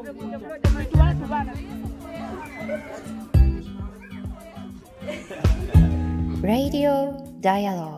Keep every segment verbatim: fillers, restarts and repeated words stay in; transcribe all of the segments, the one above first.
Radio Dialogue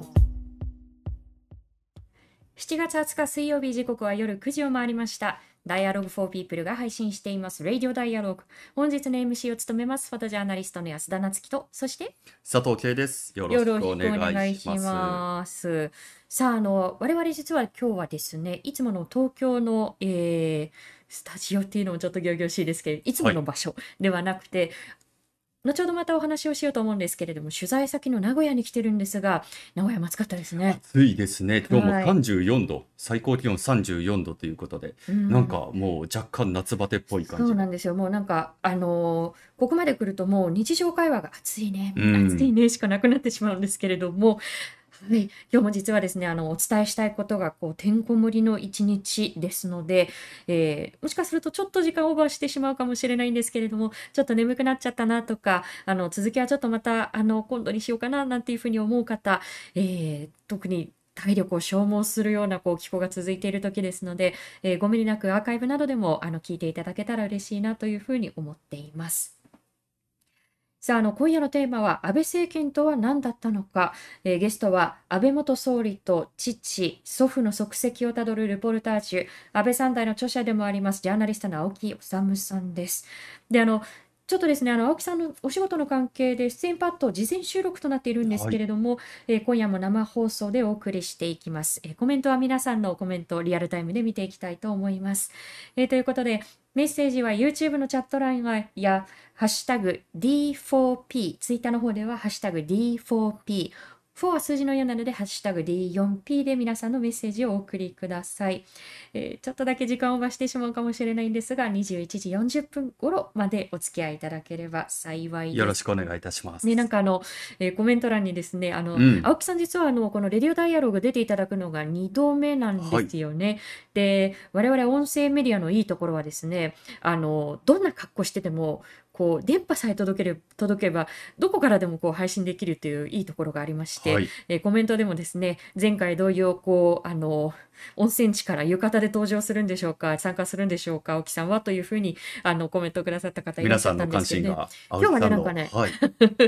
しちがつはつか水曜日、時刻は夜くじを回りました。Dialogue for People が配信しています Radio Dialogue。 本日の エムシー を務めますフォトジャーナリストの安田なつきと、そして佐藤圭です。よろしくお願いします。 ますさあ、あの我々実は今日はですね、いつもの東京の、えー、スタジオっていうのもちょっと仰々しいですけど、いつもの場所ではなくて、はい、後ほどまたお話をしようと思うんですけれども、取材先の名古屋に来てるんですが、名古屋も暑かったですね。 暑いですね。今日もさんじゅうよんど、はい、最高気温さんじゅうよんどということで、うん、なんかもう若干夏バテっぽい感じ。 そうなんですよ。もうなんかあのー、ここまで来るともう日常会話が暑いね、うん、暑いねしかなくなってしまうんですけれども、はい、今日も実はですね、あのお伝えしたいことがこうてんこ盛りの一日ですので、えー、もしかするとちょっと時間オーバーしてしまうかもしれないんですけれども、ちょっと眠くなっちゃったなとか、あの続きはちょっとまたあの今度にしようかななんていうふうに思う方、えー、特に体力を消耗するようなこう気候が続いている時ですので、えー、ご無理なくアーカイブなどでもあの聞いていただけたら嬉しいなというふうに思っています。さあ、あの今夜のテーマは安倍政権とは何だったのか、えー、ゲストは安倍元総理と父、祖父の足跡をたどるルポルタージュ、安倍三代の著者でもありますジャーナリストの青木治さんです。で、あのちょっとですね、あの青木さんのお仕事の関係で出演パッド事前収録となっているんですけれども、はい、えー、今夜も生放送でお送りしていきます。えー、コメントは皆さんのコメントをリアルタイムで見ていきたいと思います。えー、ということでメッセージは YouTube のチャット欄やハッシュタグ ディーフォーピー、ツイッターの方ではハッシュタグ ディーフォーピー、フォーは数字のよんなのでハッシュタグ ディーフォーピー で皆さんのメッセージをお送りください。えー、ちょっとだけ時間をオーバーしてしまうかもしれないんですが、にじゅういちじよんじゅっぷん頃までお付き合いいただければ幸いです。 よろしくお願いいたします。 ね、なんかあの、えー、コメント欄にですね、あの、うん、青木さん実はあのこのレディオダイアログ出ていただくのがにどめなんですよね。はい、で、我々音声メディアのいいところはですね、あのどんな格好しててもこう電波さえ届けれ届けばどこからでもこう配信できるといういいところがありまして、はい、えー、コメントでもですね、前回同様こうあの温泉地から浴衣で登場するんでしょうか、参加するんでしょうか、青木さんはというふうにあのコメントをくださった方いらっしゃったんですけど、ね、 皆さんの関心が今日はねなんかね、はい、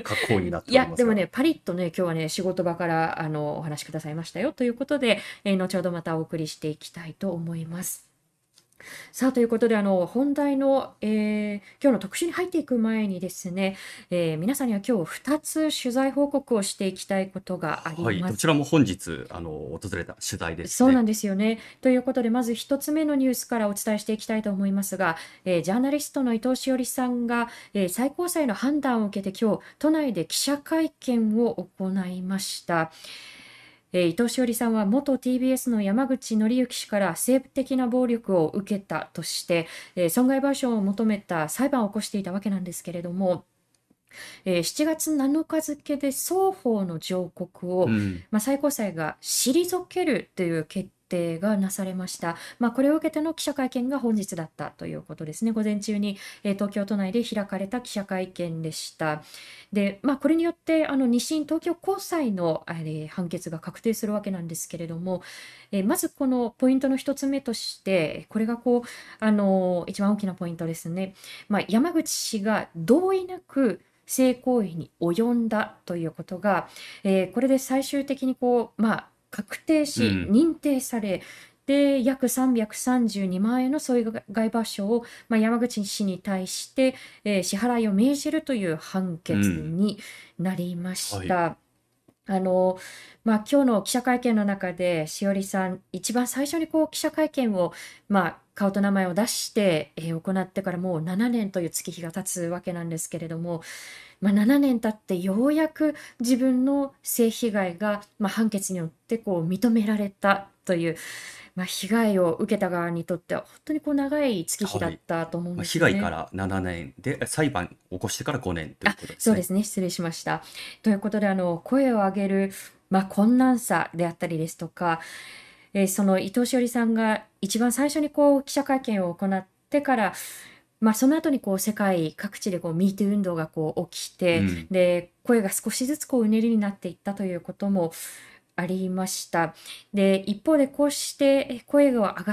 格好になっておりますが、 いやでもねパリッとね今日はね仕事場からあのお話しくださいましたよということで、えー、後ほどまたお送りしていきたいと思います。さあということであの本題の、えー、今日の特集に入っていく前にですね、えー、皆さんには今日ふたつ取材報告をしていきたいことがあります。 はい、どちらも本日あの訪れた取材ですね。 そうなんですよね。ということでまずひとつめのニュースからお伝えしていきたいと思いますが、えー、ジャーナリストの伊藤詩織さんが、えー、最高裁の判断を受けて今日都内で記者会見を行いました。えー、伊藤詩織さんは元 ティービーエス の山口紀之氏から性的な暴力を受けたとして、えー、損害賠償を求めた裁判を起こしていたわけなんですけれども、えー、しちがつなのか付で双方の上告を、うんまあ、最高裁が退けるという決定がなされました。まあ、これを受けての記者会見が本日だったということですね。午前中に、えー、東京都内で開かれた記者会見でした。で、まあ、これによってあのに審東京高裁の、えー、判決が確定するわけなんですけれども、えー、まずこのポイントの一つ目としてこれがこうあの一番大きなポイントですね。まあ、山口氏が同意なく性行為に及んだということが、えー、これで最終的にこう、まあ、確定し認定され、うん、で約さんびゃくさんじゅうにまんえんの損害賠償を、まあ、山口氏に対して、えー、支払いを命じるという判決になりました。うんはいあのまあ、今日の記者会見の中でしおりさん一番最初にこう記者会見を、まあ、顔と名前を出して、えー、行ってからもうななねんという月日が経つわけなんですけれども、まあ、ななねん経ってようやく自分の性被害が、まあ、判決によってこう認められたという、まあ、被害を受けた側にとっては本当にこう長い月日だったと思うんですよね。 はいまあ、被害からななねんで裁判を起こしてからごねんということですね。 そうですね、失礼しました。ということであの声を上げる、まあ、困難さであったりですとか、えー、その伊藤詩織さんが一番最初にこう記者会見を行ってから、まあ、その後にこう世界各地でこう ミートゥー 運動がこう起きて、うん、で声が少しずつこううねりになっていったということもありました。で一方でこうして声が上がっ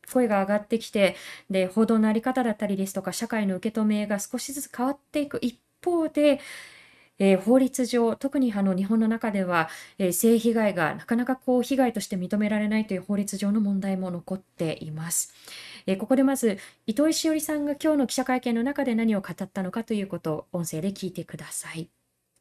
声が上がってきて、で、報道のあり方だったりですとか、社会の受け止めが少しずつ変わっていく一方で、えー法律上、特にあの日本の中では、えー性被害がなかなかこう被害として認められないという法律上の問題も残っています。えーここでまず、糸井しおりさんが今日の記者会見の中で何を語ったのかということを音声で聞いてください。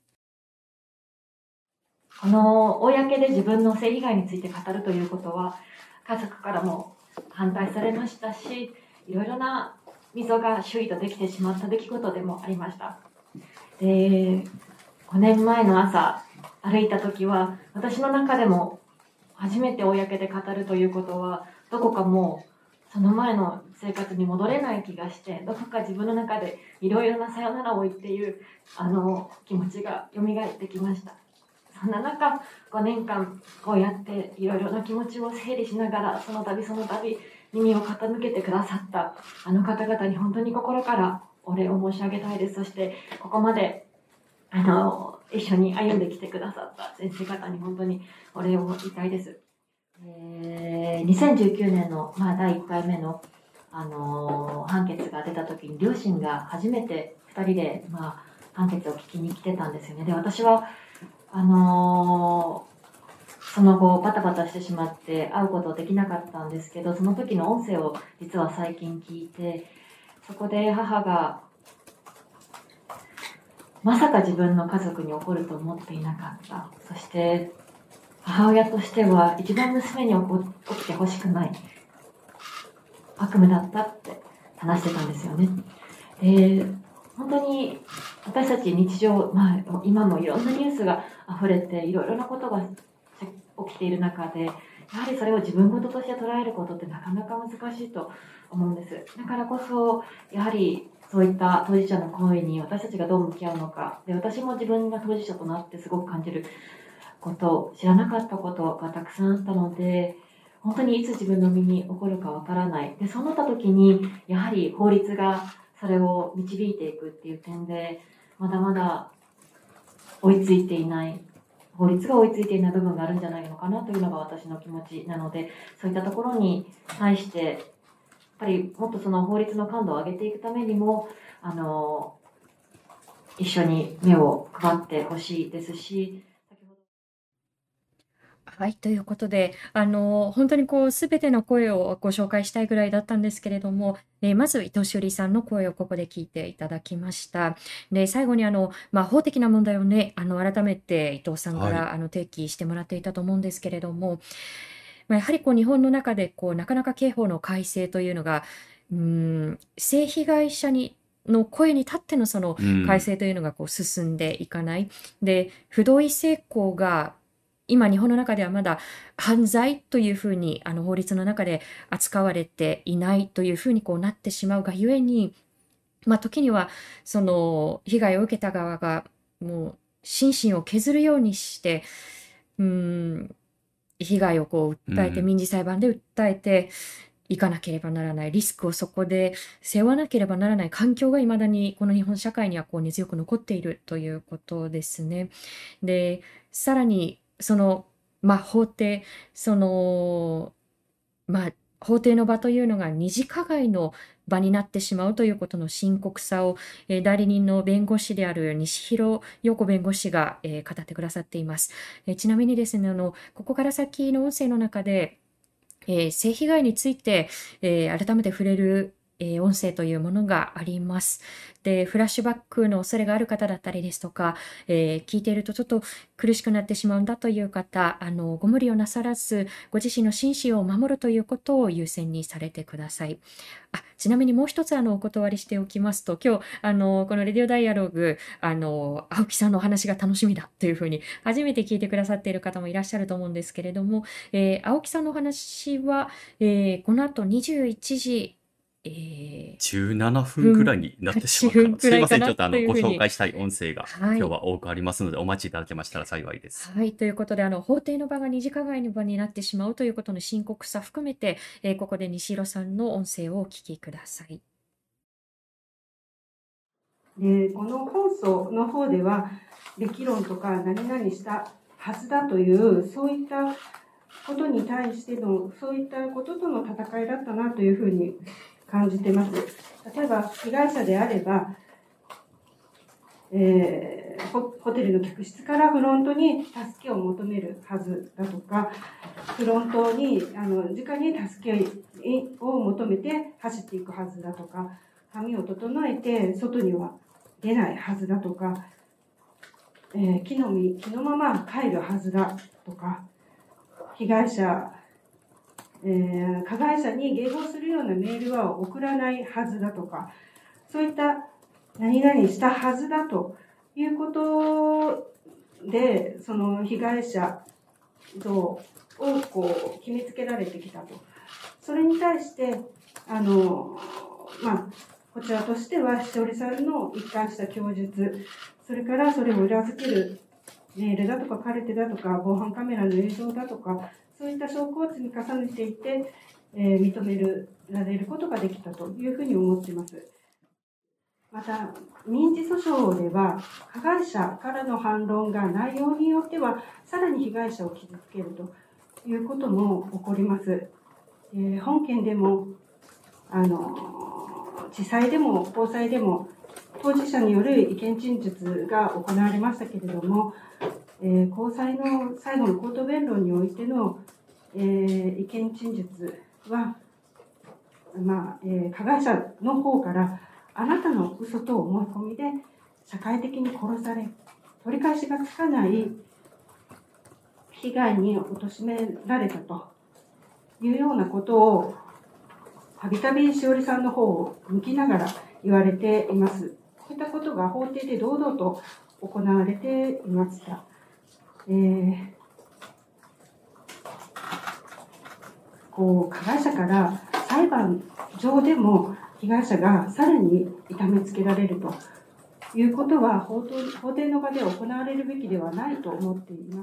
この公で自分の性被害について語るということは、家族からも反対されましたし、いろいろな溝が周囲とできてしまった出来事でもありました。で、ごねんまえの朝、歩いた時は、私の中でも初めて公で語るということは、どこかもうその前の生活に戻れない気がして、どこか自分の中でいろいろなさよならを言っているあの気持ちが蘇ってきました。そんな中、ごねんかんこうやっていろいろな気持ちを整理しながら、その度その度耳を傾けてくださったあの方々に本当に心からお礼を申し上げたいです。そしてここまであの一緒に歩んできてくださった先生方に本当にお礼を言いたいです。えー、にせんじゅうきゅうねんの、まあ、だいいっかいめの、あのー判決が出た時に両親が初めてふたりで、まあ、判決を聞きに来てたんですよね。で、私はあのーその後バタバタしてしまって会うことできなかったんですけど、その時の音声を実は最近聞いて、そこで母がまさか自分の家族に起こると思っていなかった。そして母親としては一番娘に起こ起きてほしくない悪夢だったって話してたんですよね。で、本当に私たち日常、まあ、今もいろんなニュースが溢れていろいろなことが起きている中で、やはりそれを自分事として捉えることってなかなか難しいと思うんです。だからこそやはりそういった当事者の声に私たちがどう向き合うのか、で、私も自分が当事者となってすごく感じること、知らなかったことがたくさんあったので、本当にいつ自分の身に起こるかわからない。で、そうなった時にやはり法律がそれを導いていくっていう点で、まだまだ追いついていない、法律が追いついていない部分があるんじゃないのかなというのが私の気持ちなので、そういったところに対してやっぱりもっとその法律の感度を上げていくためにも、あの一緒に目を配ってほしいですし。 はい、ということで、あの、本当にこう、すべての声をご紹介したいぐらいだったんですけれども、えーまず伊藤詩織さんの声をここで聞いていただきました。で、最後にあの、まあ、法的な問題をね、あの、改めて伊藤さんかはい。 らあの提起してもらっていたと思うんですけれども、まあ、やはりこう日本の中でこうなかなか刑法の改正というのが、うーん、性被害者にの声に立ってのそのう改ん。 正というのがこう進んでいかない。で、不同意性交が今日本の中ではまだ犯罪というふうにあの法律の中で扱われていないというふうにこうなってしまうがゆえに、まあ、時にはその被害を受けた側がもう心身を削るようにして、うーん、被害をこう訴えて、 うん。 民事裁判で訴えていかなければならない、リスクをそこで背負わなければならない環境がいまだにこの日本社会にはこう根強く残っているということですね。で、さらにその、まあ、法廷、その、まあ、法廷の場というのが二次加害の場になってしまうということの深刻さを、えー代理人の弁護士である西広陽子弁護士が、えー語ってくださっています。えーちなみにですね、あの、ここから先の音声の中で、えー性被害について、えー改めて触れる、えー音声というものがあります。で、フラッシュバックの恐れがある方だったりですとか、えー聞いているとちょっと苦しくなってしまうんだという方、あの、ご無理をなさらず、ご自身の心身を守るということを優先にされてください。あ、ちなみにもう一つあのお断りしておきますと、今日あのこのレディオダイアログ、あの青木さんのお話が楽しみだというふうに初めて聞いてくださっている方もいらっしゃると思うんですけれども、えー青木さんのお話は、えーこの後にじゅういちじ、えーじゅうななふんくらい分、 になってし 8 まうかな。 分くすいません。ちらいかなょっとあの、ごというふうに。 紹介したい音声がはい。 今日は多くありますので、お待ちいただけましたら幸いです。 はい。ということで、あの、法廷の場が二次加害の場になってしまうということの深刻さ含めて、えーここで西広さんの音声をお聞きください。 で、この放送の方では、べき論とか何々したはずだという、そういったことに対しての、そういったこととの戦いだったなというふうに感じてます。例えば、被害者であれば、えー、ホ, ホテルの客室からフロントに助けを求めるはずだとか、フロントにあの直に助けを求めて走っていくはずだとか、髪を整えて外には出ないはずだとか、えー、木の実木のまま帰るはずだとか、被害者、えー、加害者に迎合するようなメールは送らないはずだとか、そういった何々したはずだということで、その被害者像をこう決めつけられてきたと。それに対して、あの、まあ、こちらとしては、しおりさんの一貫した供述、それからそれを裏付けるメールだとかカルテだとか防犯カメラの映像だとか、そういった証拠を積み重ねていって、えー、認められることができたというふうに思っています。また、民事訴訟では、加害者からの反論が内容によっては、さらに被害者を傷つけるということも起こります。えー、本件でも、あの、地裁でも高裁でも、当事者による意見陳述が行われましたけれども、えー、高裁の最後の口頭弁論においての、えー、意見陳述は、まあ、えー、加害者の方から、あなたの嘘と思い込みで社会的に殺され、取り返しがつかない被害に貶められたというようなことを、たびたびしおりさんの方を向きながら言われています。こういったことが法廷で堂々と行われていました。えー、こう加害者から裁判上でも被害者がさらに痛めつけられるということは法廷の場で行われるべきではないと思っています。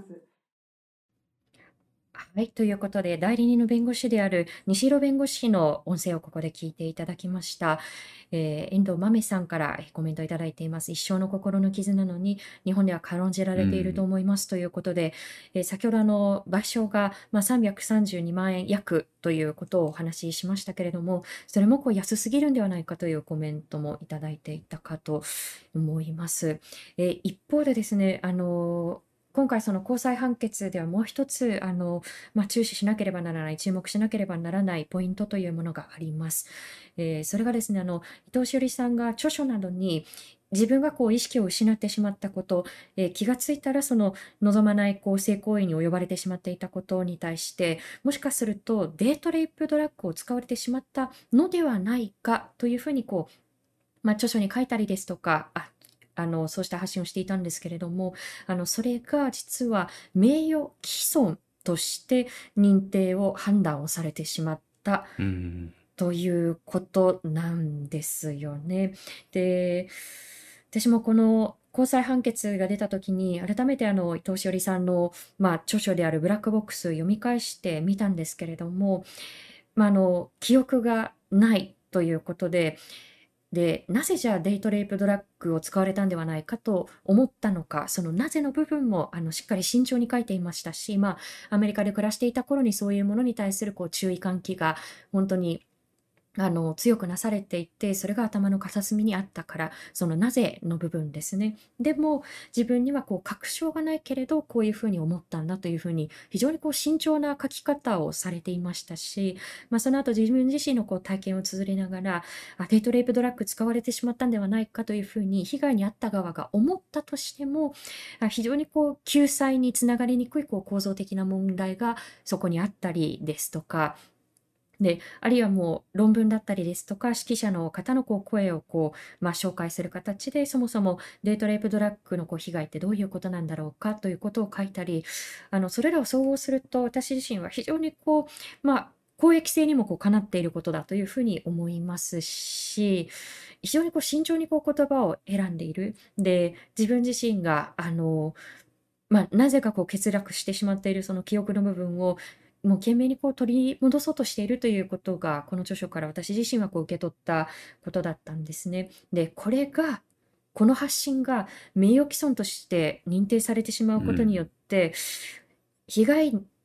はい、ということで、代理人の弁護士である西広弁護士の音声をここで聞いていただきました。えー、遠藤豆さんからコメントいただいています。一生の心の傷なのに、日本では軽んじられていると思いますということで、えー、先ほどあの賠償が、まあ、さんびゃくさんじゅうにまんえん約ということをお話ししましたけれども、それもこう安すぎるんではないかというコメントもいただいていたかと思います。えー、一方でですね、あのー今回、その高裁判決ではもう一つあの、まあ、注視しなければならない、注目しなければならないポイントというものがあります。えー、それがですね、あの伊藤詩織さんが著書などに自分がこう意識を失ってしまったこと、えー、気がついたらその望まないこう性行為に及ばれてしまっていたことに対して、もしかするとデートレイプドラッグを使われてしまったのではないかというふうにこう、まあ、著書に書いたりですとか、ああのそうした発信をしていたんですけれども、あのそれが実は名誉毀損として認定を判断をされてしまったということなんですよね。で、私もこの高裁判決が出たときに改めてあの伊藤詩織さんの、まあ、著書であるブラックボックスを読み返してみたんですけれども、まあ、あの記憶がないということで、でなぜじゃあデイトレイプドラッグを使われたんではないかと思ったのか、そのなぜの部分もあのしっかり慎重に書いていましたし、まあ、アメリカで暮らしていた頃にそういうものに対するこう注意喚起が本当にあの強くなされていて、それが頭の片隅にあったから、そのなぜの部分ですね。でも自分にはこう確証がないけれどこういうふうに思ったんだというふうに非常にこう慎重な書き方をされていましたし、まあ、その後自分自身のこう体験を綴りながら、あデイトレイプドラッグ使われてしまったんではないかというふうに被害に遭った側が思ったとしても、あ非常にこう救済につながりにくいこう構造的な問題がそこにあったりですとか、であるいはもう論文だったりですとか指揮者の方のこう声をこう、まあ、紹介する形で、そもそもデートレイプドラッグのこう被害ってどういうことなんだろうかということを書いたり、あのそれらを総合すると私自身は非常にこう、まあ、公益性にもこうかなっていることだというふうに思いますし、非常にこう慎重にこう言葉を選んでいる。で自分自身があの、まあ、なぜかこう欠落してしまっているその記憶の部分をもう懸命にこう取り戻そうとしているということが、この著書から私自身はこう受け取ったことだったんですね。で、これが、この発信が名誉毀損として認定されてしまうことによって、被害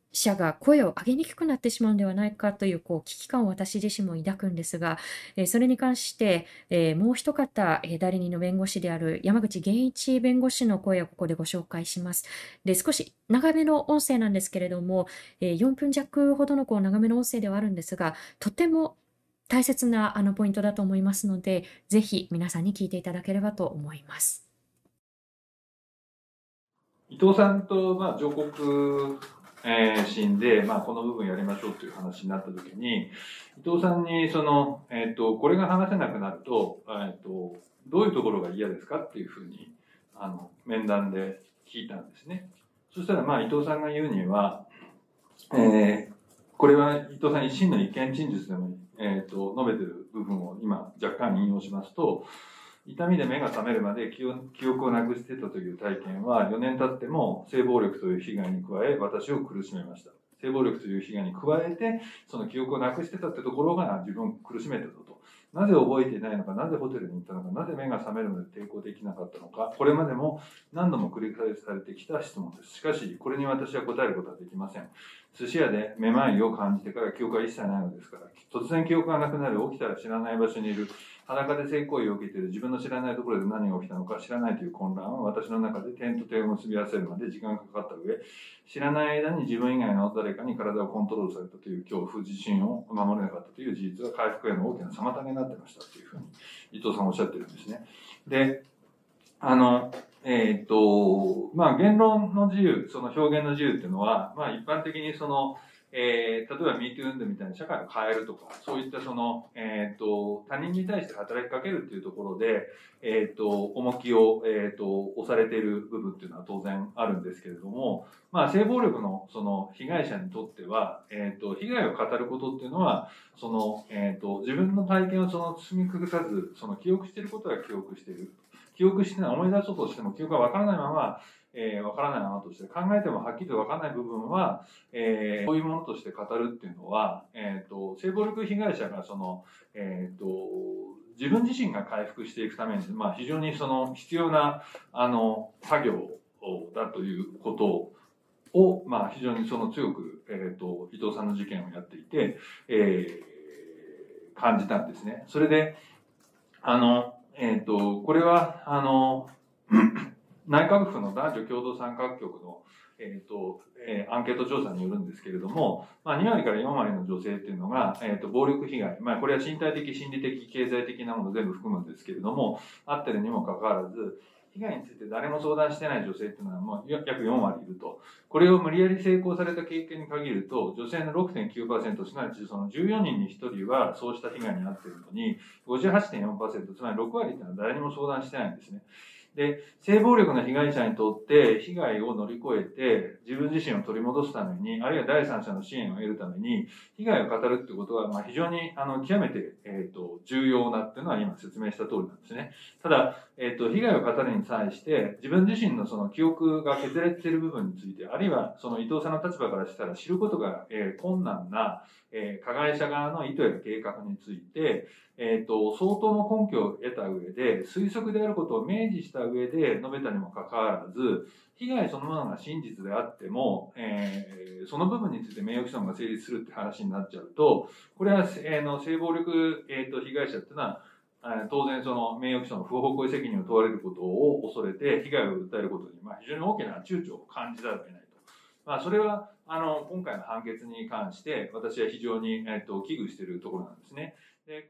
者が声を上げにくくなってしまうんではないかという、こう危機感を私自身も抱くんですが、えーそれに関して、えーもう一方、えー代理人の弁護士である山口源一弁護士の声をここでご紹介します。で、少し長めの音声なんですけれども、えーよんぷん弱ほどのこう長めの音声ではあるんですが、とても大切なあのポイントだと思いますので、ぜひ皆さんに聞いていただければと思います。 伊藤さんと、まあ、上告、えー、審で、まあ、この部分やりましょうという話になったときに、伊藤さんに、その、えっ、と、これが話せなくなると、えっ、と、どういうところが嫌ですかっていうふうに、あの、面談で聞いたんですね。そしたら、まあ、伊藤さんが言うには、えー、これは伊藤さん一審の意見陳述でも、えっ、と、述べてる部分を今、若干引用しますと、痛みで目が覚めるまで記憶をなくしてたという体験はよねん経っても性暴力という被害に加え私を苦しめました。性暴力という被害に加えてその記憶をなくしてたってところが自分を苦しめてたと。なぜ覚えていないのか、なぜホテルに行ったのか、なぜ目が覚めるまで抵抗できなかったのか、これまでも何度も繰り返されてきた質問です。しかし、これに私は答えることはできません。寿司屋でめまいを感じてから記憶は一切ないのですから、突然記憶がなくなる、起きたら知らない場所にいる、裸で性行為を受けている、自分の知らないところで何が起きたのか知らないという混乱は私の中で点と点を結び合わせるまで時間がかかった上、知らない間に自分以外の誰かに体をコントロールされたという恐怖、自身を守れなかったという事実が回復への大きな妨げになってましたというふうに伊藤さんおっしゃってるんですね。で、あの、えっ、と、まあ、言論の自由、その表現の自由っていうのは、まあ、一般的にその、えー、例えば ミートゥー 運動みたいな社会を変えるとか、そういったその、えっ、と、他人に対して働きかけるっていうところで、えっ、と、重きを、えっ、と、押されている部分っていうのは当然あるんですけれども、まあ、性暴力のその被害者にとっては、えっ、と、被害を語ることっていうのは、その、えっ、と、自分の体験をその包み隠さず、その記憶していることは記憶している。記憶してない、思い出そうとしても記憶がわからないまま、えー、わからないままとして、考えてもはっきりとわからない部分は、えー、そういうものとして語るっていうのは、えっ、と、性暴力被害者がその、えっ、と、自分自身が回復していくために、まあ、非常にその必要な、あの、作業だということを、まあ、非常にその強く、えっ、と、伊藤さんの事件をやっていて、えー、感じたんですね。それで、あの、えっ、と、これは、あの、内閣府の男女共同参画局の、えっ、と、えー、アンケート調査によるんですけれども、まあ、に割からよん割の女性っていうのが、えっ、と、暴力被害、まあ、これは身体的、心理的、経済的なもの全部含むんですけれども、あってるにもかかわらず、被害について誰も相談してない女性っていうのはもう約よん割いると。これを無理やり成功された経験に限ると、女性の ろくてんきゅうパーセント、すなわちそのじゅうよにんにひとりはそうした被害に遭っているのに、ごじゅうはちてんよんパーセント、つまりろく割っていうのは誰にも相談してないんですね。で、性暴力の被害者にとって被害を乗り越えて自分自身を取り戻すために、あるいは第三者の支援を得るために、被害を語るっていうことは、まあ非常にあの極めて、えっと重要なっていうのは今説明した通りなんですね。ただ、えっと被害を語るに際して自分自身のその記憶が削られている部分について、あるいはその伊藤さんの立場からしたら知ることが、えー、困難な、えー、加害者側の意図や計画について、えっと、相当の根拠を得た上で、推測であることを明示した上で述べたにもかかわらず、被害そのものが真実であっても、えー、その部分について名誉毀損が成立するって話になっちゃうと、これは、えー、の性暴力、えー、と被害者っていうのは、当然その名誉毀損の不法行為責任を問われることを恐れて被害を訴えることに、まあ、非常に大きな躊躇を感じざるを得ないと。まあ、それはあの今回の判決に関して私は非常に、えー、と危惧しているところなんですね。で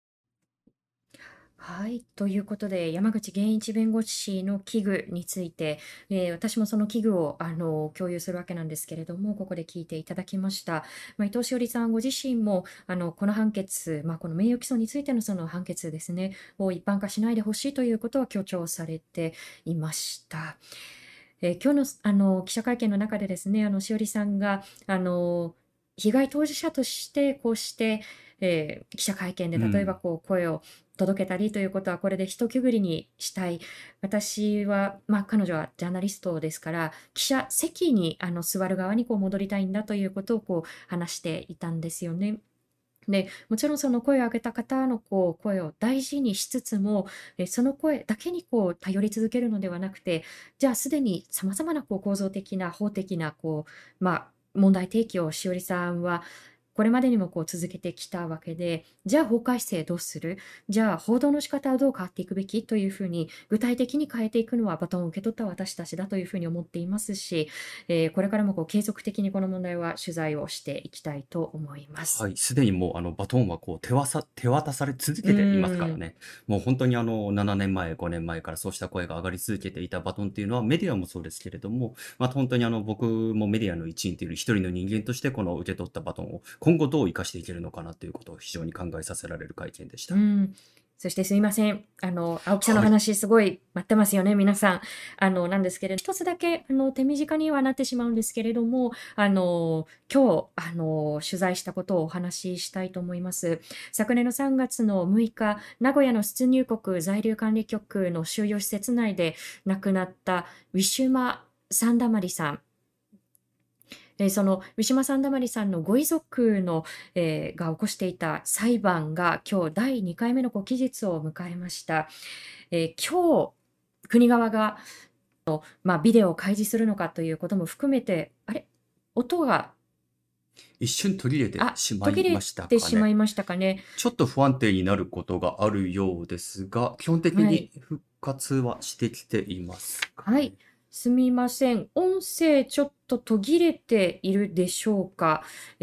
はい。ということで、山口源一弁護士の危惧について、えー私もその危惧をあの共有するわけなんですけれども、ここで聞いていただきました。まあ、伊藤詩織さんご自身も、あのこの判決、まあ、この名誉毀損についてのその判決ですね、を一般化しないでほしいということを強調されていました。えー今日の、あの記者会見の中でですね、あのしおりさんがあの被害当事者としてこうして、えー記者会見で例えばこう声を届けたりということはこれで一区切りにしたい。私は、まあ、彼女はジャーナリストですから記者席にあの座る側にこう戻りたいんだということをこう話していたんですよね。でもちろんその声を上げた方のこう声を大事にしつつも、えその声だけにこう頼り続けるのではなくて、じゃあすでにさまざまなこう構造的な法的なこう、まあ、 問題提起をしおりさんはこれまでにもこう続けてきたわけで、じゃあ法改正どうする、じゃあ報道の仕方はどう変わっていくべきというふうに具体的に変えていくのはバトンを受け取った私たちだというふうに思っていますし、えーこれからもこう継続的にこの問題は取材をしていきたいと思います。 はい、すでにもうあのバトンはこう手わさ手渡され続けていますからね。もう本当にあのななねんまえ、ごねんまえからそうした声が上がり続けていたバトンっていうのはメディアもそうですけれども、まあ、本当にあの僕もメディアの一員という一人の人間としてこの受け取ったバトンを今後どう生かしていけるのかなということを非常に考えさせられる会見でした。 うん、そしてすいません。あの、青木さんのはい。 話すごい待ってますよね、皆さん。あの、なんですけれど、一つだけ、あの、手短にはなってしまうんですけれども、あの、今日、あの、取材したことをお話ししたいと思います。昨年のさんがつのむいか、名古屋の出入国在留管理局の収容施設内で亡くなったウィシュマ・サンダマリさん。えーそのウィシュマ・サンダマリさんのご遺族の、えーが起こしていた裁判が今日だいにかいめのこう期日を迎えました。えー今日、国側が、まあ、ビデオを開示するのかということも含めて、あれ、音が、 一瞬途切れてあ、 しま途切れいましたてかね。 しまいましたかね。 ちょっと不安定になることがあるようですが、基本的はい。 に復活はしてきていますかはい。 ね。 すみません。音声ちょっと途切れているでしょうか。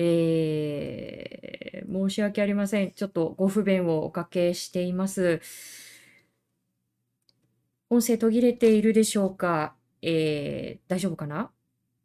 えー申し訳ありません。ちょっとご不便をおかけしています。音声途切れているでしょうか。えー大丈夫かな。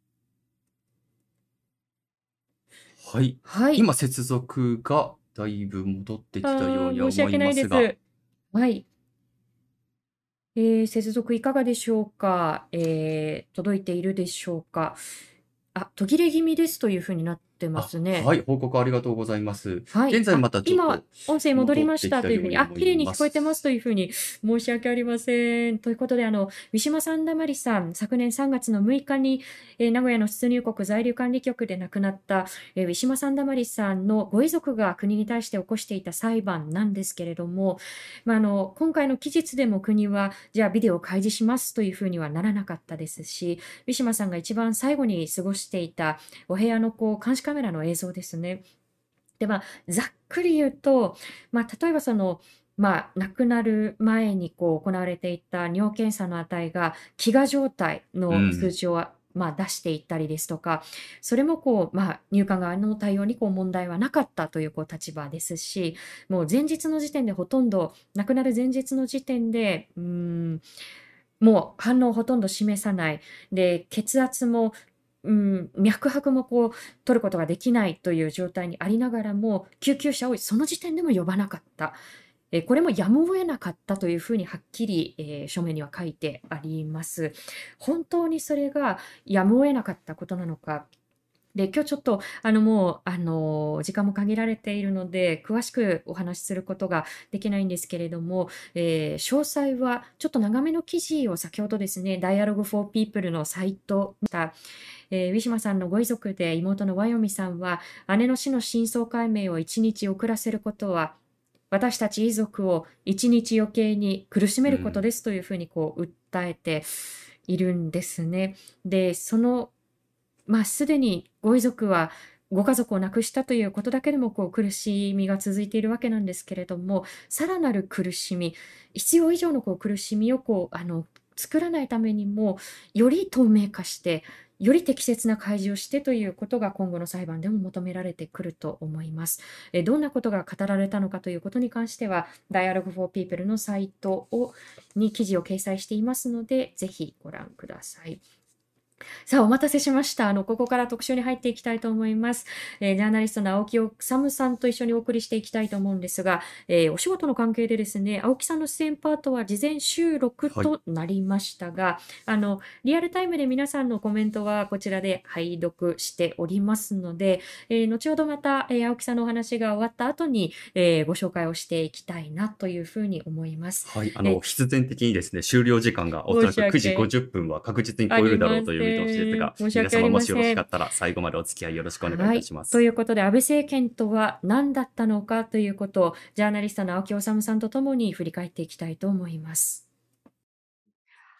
はい。 はい。 今、接続がだいぶ戻ってきたよあーうには思い申し訳ないでますが、 す。はい。えー接続いかがでしょうか。えー届いているでしょうか。あ、途切れ気味ですというふうになってまあ、 すね。 はい、報告ありがとうございます。 はい。 現在あ、 またちょっ今、 と音声戻り戻っましてきたよたというふうに、あ、 うに思いま綺麗に聞こえてますす。 というふうに申し訳ありません。ということで、あの、ウィシュマ・サンダマリさん、昨年さんがつのむいかに、えー名古屋の出入国在留管理局で亡くなった、えーウィシュマ・サンダマリさんのご遺族が国に対して起こしていた裁判なんですけれども、まあ、あの、今回の期日でも国は、じゃあビデオを開示しますというふうにはならなかったですし、ウィシュマさんが一番最後に過ごしていたお部屋のこう監視カメラの映像ですね。で、まあ、ざっくり言うと、まあ、例えばその、まあ、亡くなる前にこう行われていた尿検査の値が飢餓状態うの数ん。 値を、まあ、出していったりですとか、それもこう、まあ、入管側の対応にこう問題はなかったというこう立場ですし、もう前日の時点でほとんど、亡くなる前日の時点で、うーん、もう反応をほとんど示さない。で、血圧も、うん、脈拍もこう取ることができないという状態にありながらも、救急車をその時点でも呼ばなかった。えーこれもやむを得なかったというふうにはっきり、えー書面には書いてあります。本当にそれがやむを得なかったことなのか。で、今日ちょっと、あの、もう、あの、時間も限られているので、詳しくお話しすることができないんですけれども、えー詳細は、ちょっと長めの記事を先ほどですね、Dialogue for People のサイトしたえーウィシュマさんのご遺族で妹のワヨミさんは、姉の死の真相解明を一日遅らせることは、私たち遺族を一日余計に苦しめうることん。 ですというふうにこう訴えているんですね。で、その、まあ、すでにご遺族はご家族を亡くしたということだけでもこう苦しみが続いているわけなんですけれども、さらなる苦しみ、必要以上のこう苦しみをこうあの作らないためにも、より透明化して、より適切な開示をしてということが今後の裁判でも求められてくると思います。えどんなことが語られたのかということに関しては、Dialogue for People のサイトをに記事を掲載していますので、ぜひご覧ください。さあ、お待たせしました。あの、ここから特集に入っていきたいと思います。えージャーナリストの青木治さんと一緒にお送りしていきたいと思うんですが、えーお仕事の関係でですね、青木さんの出演パートは事前収録はい。 となりましたが、あの、リアルタイムで皆さんのコメントはこちらで拝読しておりますので、えー後ほどまた、えー青木さんのお話が終わった後に、えーご紹介をしていきたいなというふうに思います。 はい。あえの、必然的にですね、終了時間がおそ申しらくくじ訳ごじゅっぷんは確実にあり超えるだろうまという見通しですせん。 が、 申し皆様も訳ありません。 しよろしかったら最後までお付き合いよろしくお願いいはい。 たしまといす。 うことで、安倍政権とは何だったのかということを、ジャーナリストの青木治さんとともに振り返っていきたいと思います。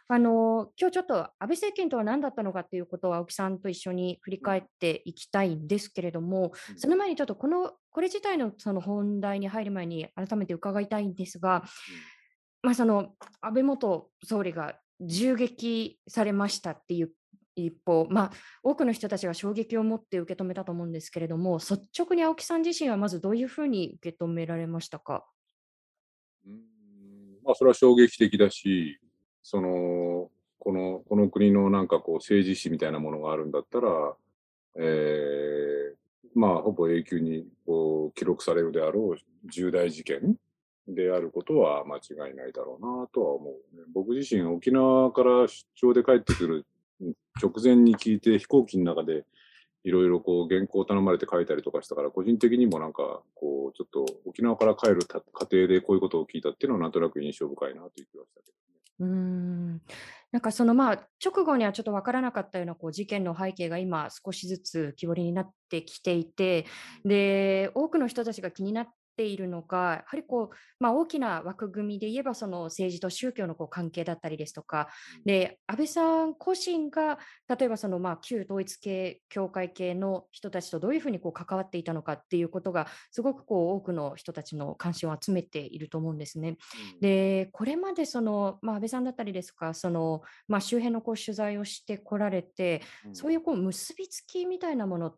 あの、今日ちょっと安倍政権とは何だったのかっていうことを青木さんと一緒に振り返っていきたいんですけれども、 うんその前にちょっとこの、これ自体のその本題に入る前に改めて伺いたいんですが、まあ、その安倍元総理が銃撃されましたっていう一方、まあ、多くの人たちが衝撃を持って受け止めたと思うんですけれども、率直に青木さん自身はまずどういうふうに受け止められましたか？ うーん、まあ、それは衝撃的だし、その、この、この国のなんかこう政治史みたいなものがあるんだったら、ええ、まあ、ほぼ永久にこう記録されるであろう重大事件であることは間違いないだろうなとは思うね。僕自身、沖縄から出張で帰ってくる直前に聞いて、飛行機の中でいろいろこう原稿を頼まれて書いたりとかしたから、個人的にもなんか、こう、ちょっと沖縄から帰るた過程でこういうことを聞いたっていうのはなんとなく印象深いなという気がしたけどね。 うーん。なんかそのまあ直後にはちょっと分からなかったようなこう事件の背景が今少しずつ浮き彫りになってきていて、で、多くの人たちが気になっているのが、やはりこう、まあ、大きな枠組みで言えばその政治と宗教のこう関係だったりですとか、で、安倍さん個人が例えばそのまあ旧統一系教会系の人たちとどういうふうにこう関わっていたのかっていうことがすごくこう多くの人たちの関心を集めていると思うんですね。 うんで、これまでその、まあ、安倍さんだったりですとか、その、まあ、周辺のこう取材をしてこられて、 うんそういうこう結びつきみたいなものって、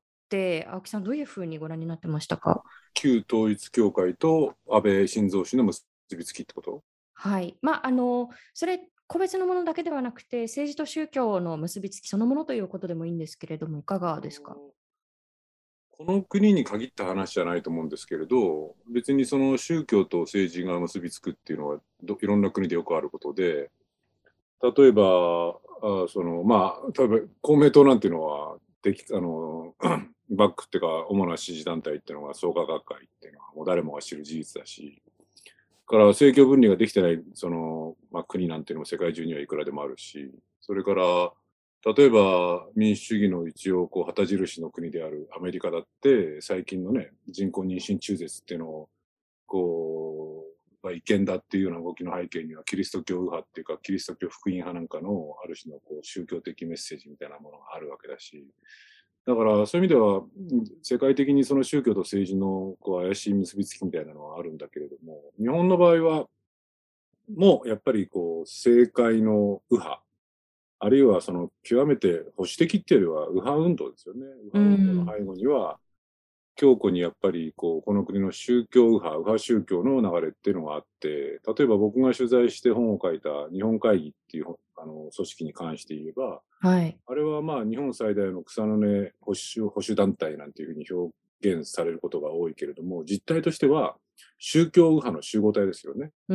青木さん、どういうふうにご覧になってましたか？ 旧統一教会と安倍晋三氏の結びつきってこと？ はい。まあ、あの、それ、個別のものだけではなくて、政治と宗教の結びつきそのものということでもいいんですけれども、いかがですか？ この国に限った話じゃないと思うんですけれど、別にその宗教と政治が結びつくっていうのはどいろんな国でよくあることで、例えば、あそのまあ、例えば公明党なんていうのは、できあのバックっていうか、主な支持団体っていうのが創価学会っていうのは、もう誰もが知る事実だし、から政教分離ができてないその、まあ、国なんていうのも世界中にはいくらでもあるし、それから例えば民主主義の一応こう旗印の国であるアメリカだって最近のね人工妊娠中絶っていうのをこう、まあ、違憲だっていうような動きの背景にはキリスト教右派っていうかキリスト教福音派なんかのある種のこう宗教的メッセージみたいなものがあるわけだし、だからそういう意味では世界的にその宗教と政治のこう怪しい結びつきみたいなのはあるんだけれども、日本の場合はもうやっぱりこう政界の右派、あるいはその極めて保守的っていうよりは右派運動ですよね。右派運動の背後には強固にやっぱりこうこの国の宗教右派、右派宗教の流れっていうのがあって、例えば僕が取材して本を書いた日本会議っていうあの組織に関して言えば、 はい。 あれはまあ日本最大の草の根保守保守団体なんていうふうに表現されることが多いけれども、実態としては宗教右派の集合体ですよね。 うん。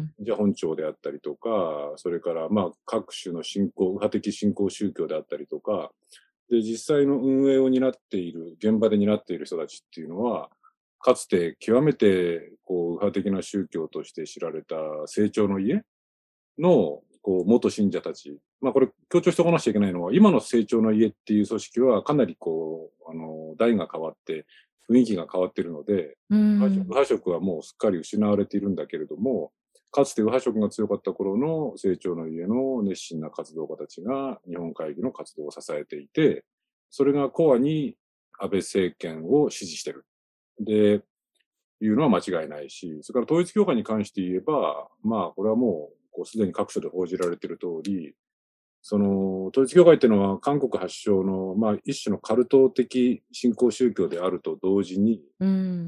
じゃあ本庁であったりとか、それからまあ各種の信仰、右派的信仰宗教であったりとか、で、実際の運営を担っている、現場で担っている人たちっていうのは、かつて極めてこう右派的な宗教として知られた成長の家のこう元信者たち。まあこれ強調しておかなくちゃいけないのは、今の成長の家っていう組織はかなりこう、あの、代が変わって、雰囲気が変わっているので、 う右ん。 派色はもうすっかり失われているんだけれども、かつて右派色が強かった頃の成長の家の熱心な活動家たちが日本会議の活動を支えていて、それがコアに安倍政権を支持してる。で、いうのは間違いないし、それから統一教会に関して言えば、まあこれはもう、こうすでに各所で報じられている通り、その統一教会っていうのは韓国発祥の、まあ一種のカルト的信仰宗教であると同時に、 うん。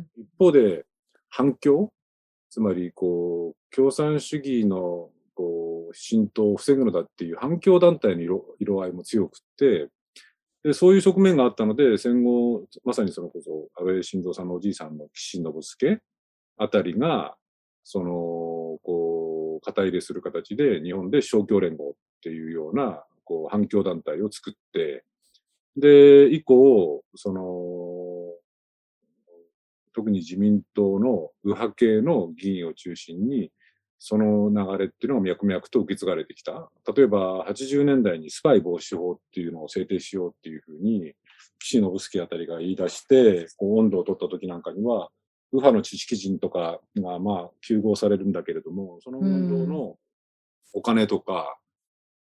一方で反共、つまりこう共産主義のこう浸透を防ぐのだっていう反共団体の色色合いも強くって、でそういう側面があったので、戦後まさにそのこそ安倍晋三さんのおじいさんの岸信介あたりがそのこう肩入れする形で日本で勝共連合っていうようなこう反共団体を作って、で以降その特に自民党の右派系の議員を中心に、その流れっていうのが脈々と受け継がれてきた。例えば、はちじゅうねんだいにスパイ防止法っていうのを制定しようっていうふうに、岸信介あたりが言い出して、こう温度を取った時なんかには、右派の知識人とかがまあ、糾合されるんだけれども、その運動のお金とか、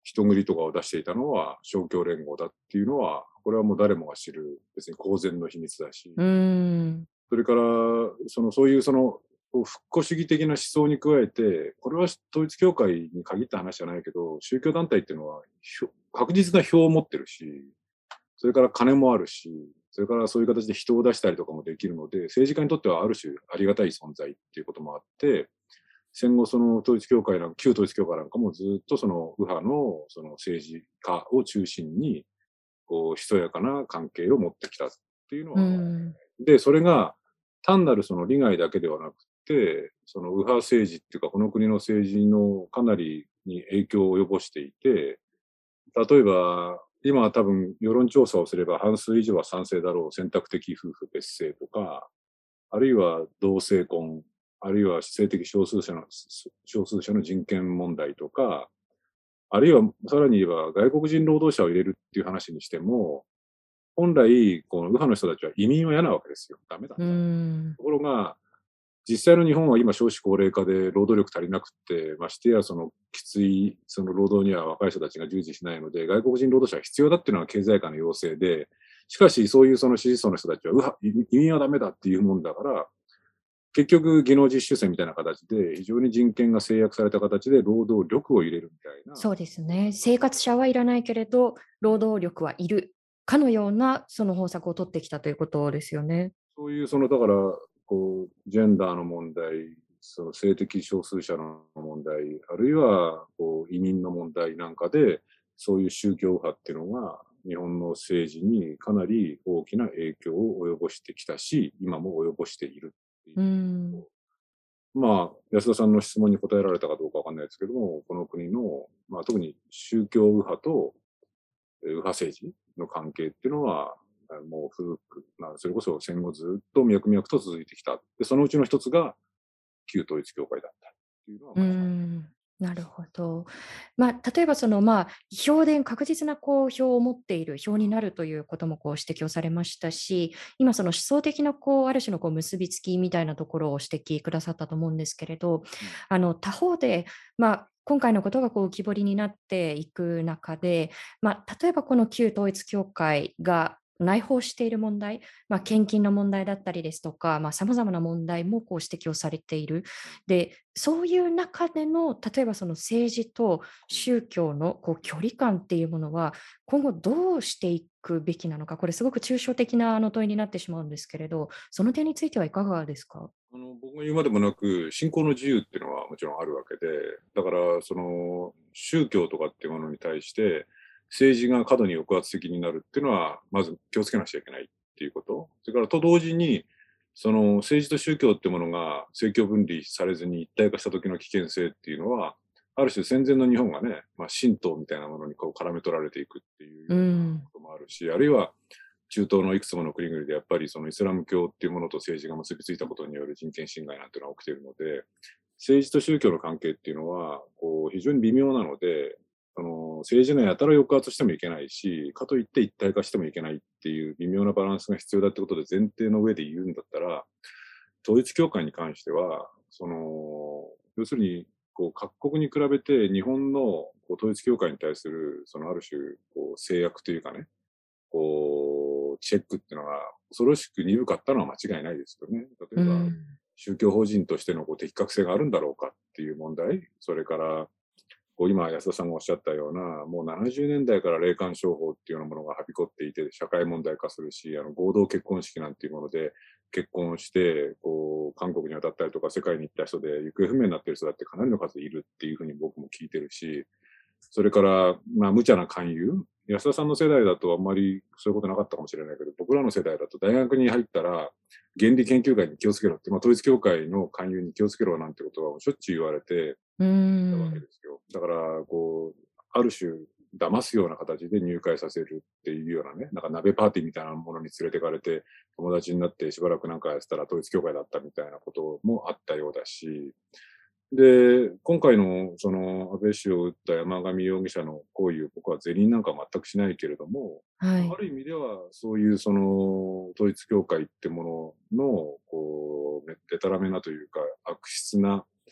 人繰りとかを出していたのは勝共連合だっていうのは、これはもう誰もが知る、別に公然の秘密だし、 うーん。 それから、その、そういうその、こう復古主義的な思想に加えて、これは統一教会に限った話じゃないけど、宗教団体っていうのはひょ確実な票を持ってるし、それから金もあるし、それからそういう形で人を出したりとかもできるので、政治家にとってはある種ありがたい存在っていうこともあって、戦後その統一教会なんか、旧統一教会なんかもずっとその右派のその政治家を中心に、こう、ひそやかな関係を持ってきたっていうのうは、 ん。 で、それが単なるその利害だけではなくて、その右派政治っていうか、この国の政治のかなりに影響を及ぼしていて、例えば、今は多分世論調査をすれば半数以上は賛成だろう選択的夫婦別姓とか、あるいは同性婚、あるいは性的少数者の、少数者の人権問題とか、あるいはさらに言えば外国人労働者を入れるっていう話にしても、本来、この右派の人たちは移民は嫌なわけですよ。ダメだ。 うーん。 ところが、実際の日本は今少子高齢化で労働力足りなくて、ましてやそのきついその労働には若い人たちが従事しないので、外国人労働者が必要だっていうのは経済界の要請で、しかしそういうその支持層の人たちは、うわ、移民はダメだっていうもんだから、結局技能実習生みたいな形で、非常に人権が制約された形で労働力を入れるみたいな。 そうですね。生活者はいらないけれど、労働力はいるかのようなその方策を取ってきたということですよね。 そういうその、だから、こう、ジェンダーの問題、その性的少数者の問題、あるいはこう移民の問題なんかで、そういう宗教右派っていうのが、日本の政治にかなり大きな影響を及ぼしてきたし、今も及ぼしているっていううーん。 まあ、安田さんの質問に答えられたかどうかわかんないですけども、この国の、まあ、特に宗教右派とえー右派政治の関係っていうのは、あもう古く、まあ、それこそ戦後ずっと脈々と続いてきた。で、そのうちの一つが旧統一教会だったっていうのはうー間違いない。 ん。なるほど。まあ、例えばその、まあ、票で確実なこう票を持っている、票になるということもこう指摘をされましたし、今その思想的なこう、ある種のこう結びつきみたいなところを指摘くださったと思うんですけれど、 うんあの、他方で、まあ、今回のことがこう浮き彫りになっていく中で、まあ、例えばこの旧統一教会が内包している問題、まあ、献金の問題だったりですとか、まあ、様々な問題もこう指摘をされている。で、そういう中での、例えばその政治と宗教のこう距離感っていうものは、今後どうしていくべきなのか、これすごく抽象的なあの問いになってしまうんですけれど、その点についてはいかがですか？ あの僕が言うまでもなく、信仰の自由っていうのはもちろんあるわけで、だから、その宗教とかっていうものに対して、政治が過度に抑圧的になるっていうのは、まず気をつけなくちゃいけないっていうこと。それからと同時に、その政治と宗教っていうものが政教分離されずに一体化した時の危険性っていうのは、ある種戦前の日本がね、まあ、神道みたいなものにこう絡め取られていくっていううようなんん。 こともあるし、あるいは中東のいくつもの国々でやっぱりそのイスラム教っていうものと政治が結びついたことによる人権侵害なんていうのは起きているので、政治と宗教の関係っていうのは、こう、非常に微妙なので、あの、政治がやたら抑圧してもいけないし、かといって一体化してもいけないっていう微妙なバランスが必要だってことで前提の上で言うんだったら、統一教会に関しては、その、要するに、こう、各国に比べて日本のこう統一教会に対する、そのある種、こう、制約というかね、こう、チェックっていうのが恐ろしく鈍かったのは間違いないですよね。例えば、 うん。 宗教法人としてのこう適格性があるんだろうかっていう問題、それから、こう今安田さんがおっしゃったような、もうななじゅうねんだいから霊感商法っていうようなものがはびこっていて、社会問題化するし、あの合同結婚式なんていうもので結婚して、こう、韓国に渡ったりとか世界に行った人で行方不明になっている人だってかなりの数いるっていうふうに僕も聞いてるし、それから、まあ、無茶な勧誘。安田さんの世代だとあんまりそういうことなかったかもしれないけど、僕らの世代だと大学に入ったら、原理研究会に気をつけろって、まあ、統一教会の勧誘に気をつけろなんてことはしょっちゅう言われてうたわけん。 ですよ。だから、こう、ある種、騙すような形で入会させるっていうようなね、なんか鍋パーティーみたいなものに連れてかれて、友達になってしばらくなんかやってたら統一教会だったみたいなこともあったようだし、で、今回のその安倍氏を撃った山上容疑者の行為を僕は是認なんかは全くしないけれども、 はい。 ある意味ではそういうその統一教会ってものの、こう、でたらめなというか悪質な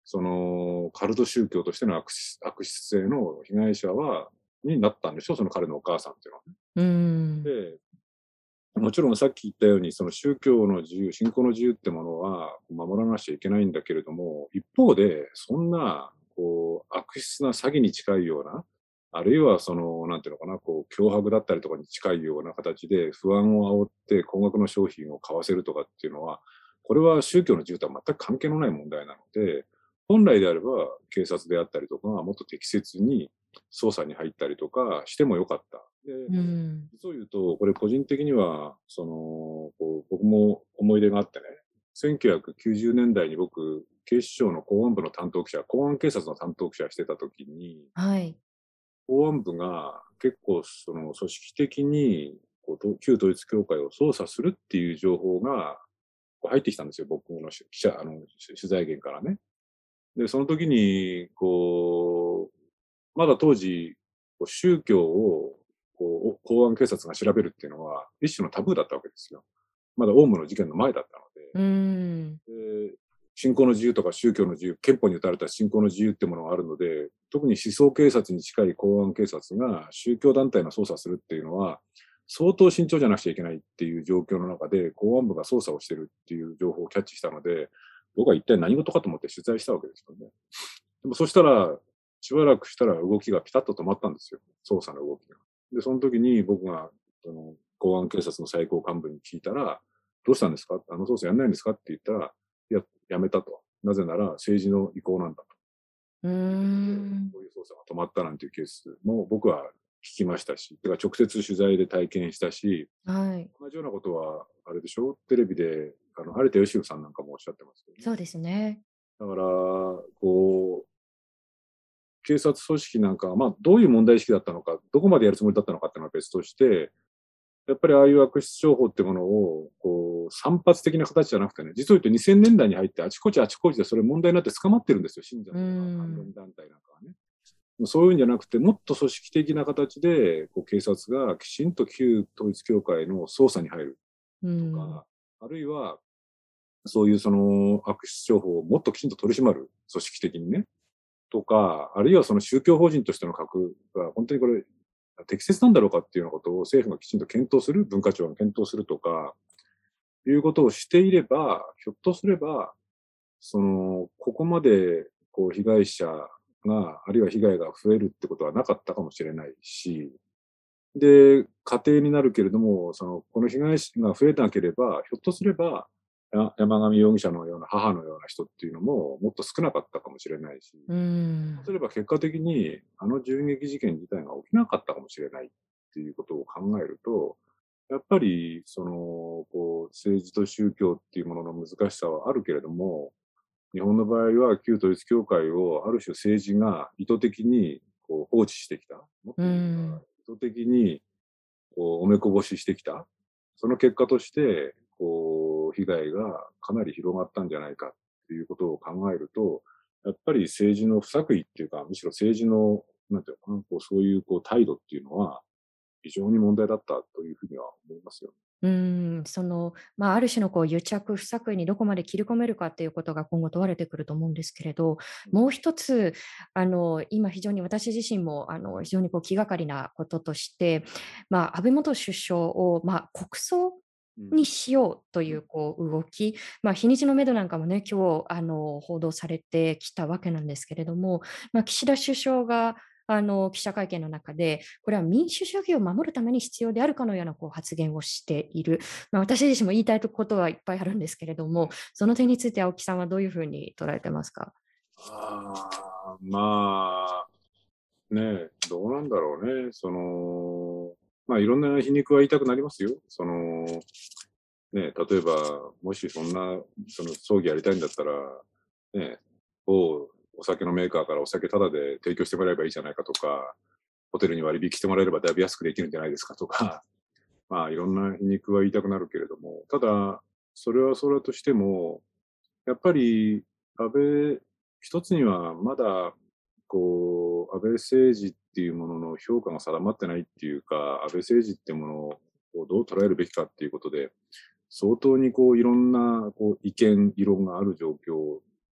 そのカルト宗教としての悪質悪質性の被害者はになったんでしょ、その彼のお母さんっていうのはね。 うーん。 で、もちろんさっき言ったように、その宗教の自由、信仰の自由ってものは守らなきゃいけないんだけれども、一方で、そんな、こう、悪質な詐欺に近いような、あるいはその、なんていうのかな、こう、脅迫だったりとかに近いような形で不安を煽って高額の商品を買わせるとかっていうのは、これは宗教の自由とは全く関係のない問題なので、本来であれば警察であったりとか、もっと適切に捜査に入ったりとかしてもよかった。で、 うーん。 実を言うと、これ個人的には、その、こう僕も思い出があってね、せんきゅうひゃくきゅうじゅうねんだいに僕、警視庁の公安部の担当記者、公安警察の担当記者してた時に、 はい。 公安部が結構その組織的にこうと旧統一教会を捜査するっていう情報がこう入ってきたんですよ、僕の記者、あの、取材源からね。で、その時に、こう、まだ当時、こう宗教をこう公安警察が調べるっていうのは一種のタブーだったわけですよ。まだオウムの事件の前だったのうーん。 で、で信仰の自由とか宗教の自由、憲法に打たれた信仰の自由ってものがあるので、特に思想警察に近い公安警察が宗教団体の捜査するっていうのは、相当慎重じゃなくちゃいけないっていう状況の中で、公安部が捜査をしてるっていう情報をキャッチしたので、僕は一体何事かと思って取材したわけですよね。でもそしたら、しばらくしたら動きがピタッと止まったんですよ。捜査の動きが。で、その時に僕が、その公安警察の最高幹部に聞いたら、どうしたんですか、あの捜査やんないんですかって言ったら、いや、やめたと。なぜなら政治の意向なんだと。 うーん。 こういう捜査が止まったなんていうケースも僕は聞きましたし、だから直接取材で体験したし、 はい。 同じようなことは、あれでしょ、テレビで、あの、有田芳生さんなんかもおっしゃってますけどね。 そうですね。 だから、こう、警察組織なんかは、まあ、どういう問題意識だったのか、どこまでやるつもりだったのかっていうのは別として、やっぱりああいう悪質商法ってものを、こう、散発的な形じゃなくてね、実を言うとにせんねんだいに入ってあちこちあちこちでそれ問題になって捕まってるんですよ、信者とか関連団体なんかはね。そういうんじゃなくて、もっと組織的な形で、こう警察がきちんと旧統一教会の捜査に入るとか、あるいは、そういうその悪質商法をもっときちんと取り締まる、組織的にね。とか、あるいはその宗教法人としての格が本当にこれ適切なんだろうかっていうようなことを政府がきちんと検討する、文化庁が検討するとか、いうことをしていれば、ひょっとすれば、その、ここまでこう被害者が、あるいは被害が増えるってことはなかったかもしれないし、で、家庭になるけれども、その、この被害者が増えなければ、ひょっとすれば、や山上容疑者のような母のような人っていうのももっと少なかったかもしれないし、そうすれば結果的にあの銃撃事件自体が起きなかったかもしれないっていうことを考えると、やっぱりそのこう政治と宗教っていうものの難しさはあるけれども、日本の場合は旧統一教会をある種政治が意図的にこう放置してきた、もっと言えば意図的にこうおめこぼししてきた、その結果としてこう被害がかなり広がったんじゃないかっていうことを考えると、やっぱり政治の不作為っていうか、むしろ政治のなんていうのかな、こうそういうこう態度っていうのは非常に問題だったというふうには思いますよね。 うーん、その、まあ、ある種のこう癒着、不作為にどこまで切り込めるかっていうことが今後問われてくると思うんですけれど、もう一つ、あの、今非常に私自身も、あの、非常にこう気がかりなこととして、まあ、安倍元首相を、まあ、国葬にしようというこう動き、まあ、日にちのめどなんかもね、今日あの報道されてきたわけなんですけれども、まあ、岸田首相があの記者会見の中で、これは民主主義を守るために必要であるかのようなこう発言をしている、まあ、私自身も言いたいことはいっぱいあるんですけれども、その点について青木さんはどういうふうに捉えてますか？ あまあ、ね、どうなんだろうね。その、まあ、いろんな皮肉は言いたくなりますよ。その、ね、例えば、もしそんな、その葬儀やりたいんだったら、ね、某お酒のメーカーからお酒タダで提供してもらえばいいじゃないかとか、ホテルに割引してもらえればだいぶ安くできるんじゃないですかとか、まあ、いろんな皮肉は言いたくなるけれども、ただ、それはそれとしても、やっぱり、安倍、一つにはまだ、こう、安倍政治っていうものの評価が定まってないっていうか、安倍政治っていうものをどう捉えるべきかっていうことで、相当にこういろんなこう意見、異論がある状況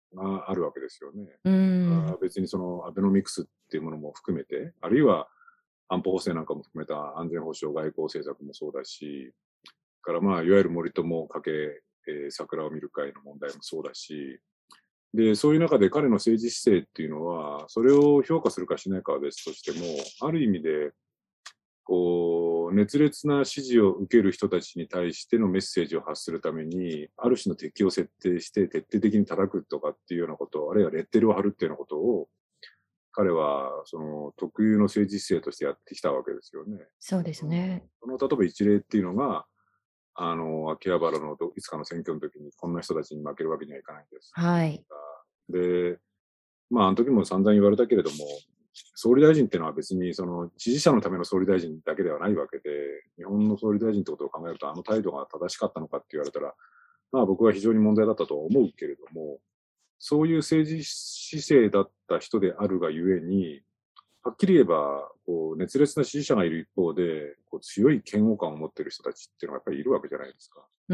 があるわけですよね。 うあん。 別にそのアベノミクスっていうものも含めて、あるいは安保法制なんかも含めた安全保障、外交政策もそうだし、からまあ、いわゆる森友かけ、えー桜を見る会の問題もそうだし、で、そういう中で彼の政治姿勢っていうのは、それを評価するかしないかは別としても、ある意味で、こう、熱烈な支持を受ける人たちに対してのメッセージを発するために、ある種の敵を設定して徹底的に叩くとかっていうようなこと、あるいはレッテルを貼るっていうようなことを、彼はその特有の政治姿勢としてやってきたわけですよね。 そうですね。 その例えば一例っていうのが、あの、秋葉原のどいつかの選挙の時にこんな人たちに負けるわけにはいかないんです。 はい。 で、まあ、あの時も散々言われたけれども、総理大臣っていうのは別にその支持者のための総理大臣だけではないわけで、日本の総理大臣ってことを考えると、あの態度が正しかったのかって言われたら、まあ僕は非常に問題だったとは思うけれども、そういう政治姿勢だった人であるがゆえに、はっきり言えば、こう熱烈な支持者がいる一方で、こう強い嫌悪感を持っている人たちっていうのがやっぱりいるわけじゃないですか。 うん。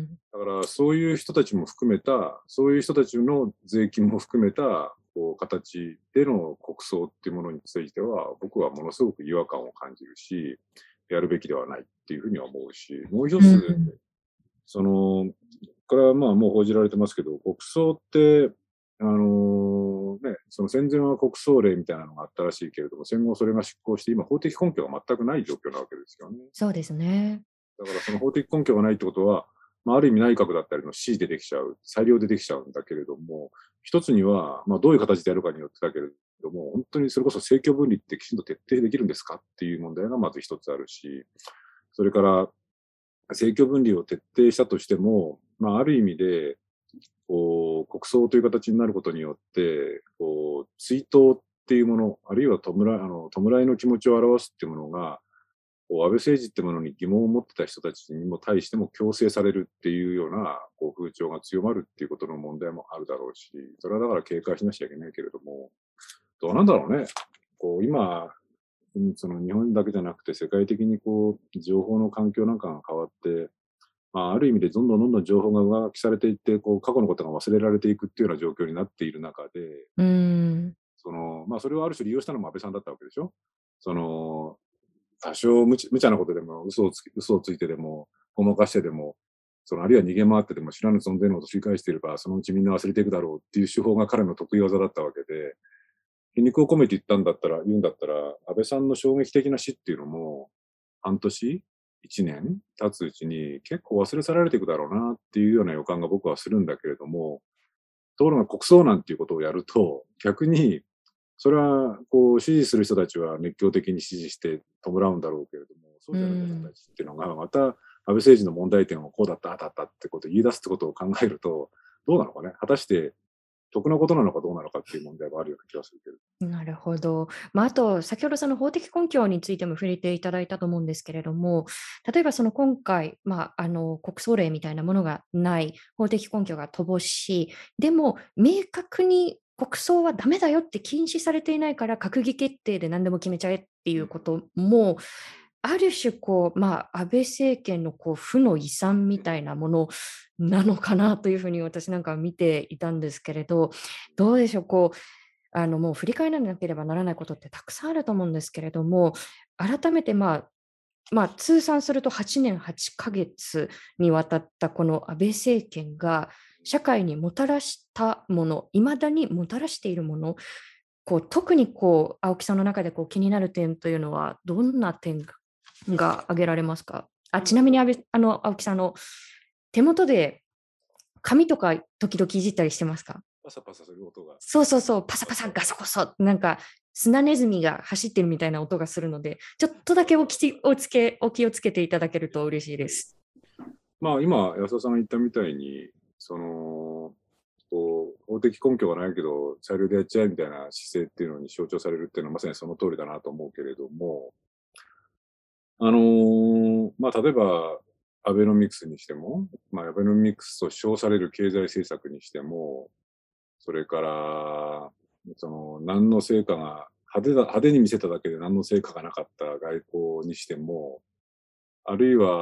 だからそういう人たちも含めた、そういう人たちの税金も含めたこう形での国葬っていうものについては、僕はものすごく違和感を感じるし、やるべきではないっていうふうには思うし、もう一つ、 うんその、これはまあもう報じられてますけど、国葬って、あのね、その戦前は国葬令みたいなのがあったらしいけれども、戦後それが失効して、今法的根拠が全くない状況なわけですよね。 そうですね。 だからその法的根拠がないってことは、まあ、ある意味内閣だったりの指示でできちゃう、裁量でできちゃうんだけれども、一つには、まあ、どういう形でやるかによってだけれども、本当にそれこそ政教分離ってきちんと徹底できるんですかっていう問題がまず一つあるし、それから政教分離を徹底したとしても、まあ、ある意味で、こう、国葬という形になることによって、こう、追悼っていうもの、あるいは弔い、あの、弔いの気持ちを表すっていうものが、こう安倍政治ってものに疑問を持ってた人たちにも対しても強制されるっていうようなこう風潮が強まるっていうことの問題もあるだろうし、それはだから警戒しなきゃいけないけれども、どうなんだろうね。こう今、その日本だけじゃなくて世界的にこう情報の環境なんかが変わって、まあ、ある意味でどんどんどんどん情報が上書きされていって、こう過去のことが忘れられていくっていうような状況になっている中で、 うん。 そのまあ、それをある種利用したのも安倍さんだったわけでしょ。その多少無茶無茶なことでも嘘をつき、嘘をついてでも、ごまかしてでも、そのあるいは逃げ回ってでも知らぬ存在のことを繰り返していれば、そのうちみんな忘れていくだろうっていう手法が彼の得意技だったわけで、皮肉を込めて言ったんだったら、言うんだったら、安倍さんの衝撃的な死っていうのも、半年、一年経つうちに結構忘れ去られていくだろうなっていうような予感が僕はするんだけれども、ところが国葬なんていうことをやると、逆にそれは、こう、支持する人たちは熱狂的に支持して弔うんだろうけれども、そうじゃない人たちっていうのが、また安倍政治の問題点をこうだった、ああだったってことを言い出すってことを考えると、どうなのかね。果たして得なことなのかどうなのかっていう問題があるような気がするけど。 なるほど。まあ、あと、先ほどその法的根拠についても触れていただいたと思うんですけれども、例えばその今回、まあ、あの国葬令みたいなものがない、法的根拠が乏しい、でも明確に国葬はダメだよって禁止されていないから、閣議決定で何でも決めちゃえっていうことも、ある種こう、まあ、安倍政権のこう負の遺産みたいなものなのかなというふうに私なんかは見ていたんですけれど、どうでしょう、こう、あのもう振り返らなければならないことってたくさんあると思うんですけれども、改めて、まあまあ、通算するとはちねんはちかげつにわたったこの安倍政権が社会にもたらしたもの、いまだにもたらしているもの、こう特にこう青木さんの中でこう気になる点というのはどんな点が挙げられますか？あ、ちなみに安倍あの青木さんの手元で紙とか時々いじったりしてますか？ パサパサする音が。 そうそうそう、パサパサガサゴソ、なんか砂ネズミが走ってるみたいな音がするので、ちょっとだけお気をつけ、お気をつけていただけると嬉しいです。 まあ今、安田さんが言ったみたいに、その、こう、法的根拠がないけど、裁量でやっちゃえみたいな姿勢っていうのに象徴されるっていうのはまさにその通りだなと思うけれども、あのーまあ例えば、アベノミクスにしても、まあアベノミクスと称される経済政策にしても、それから、その、何の成果が、派手だ、派手に見せただけで何の成果がなかった外交にしても、あるいは、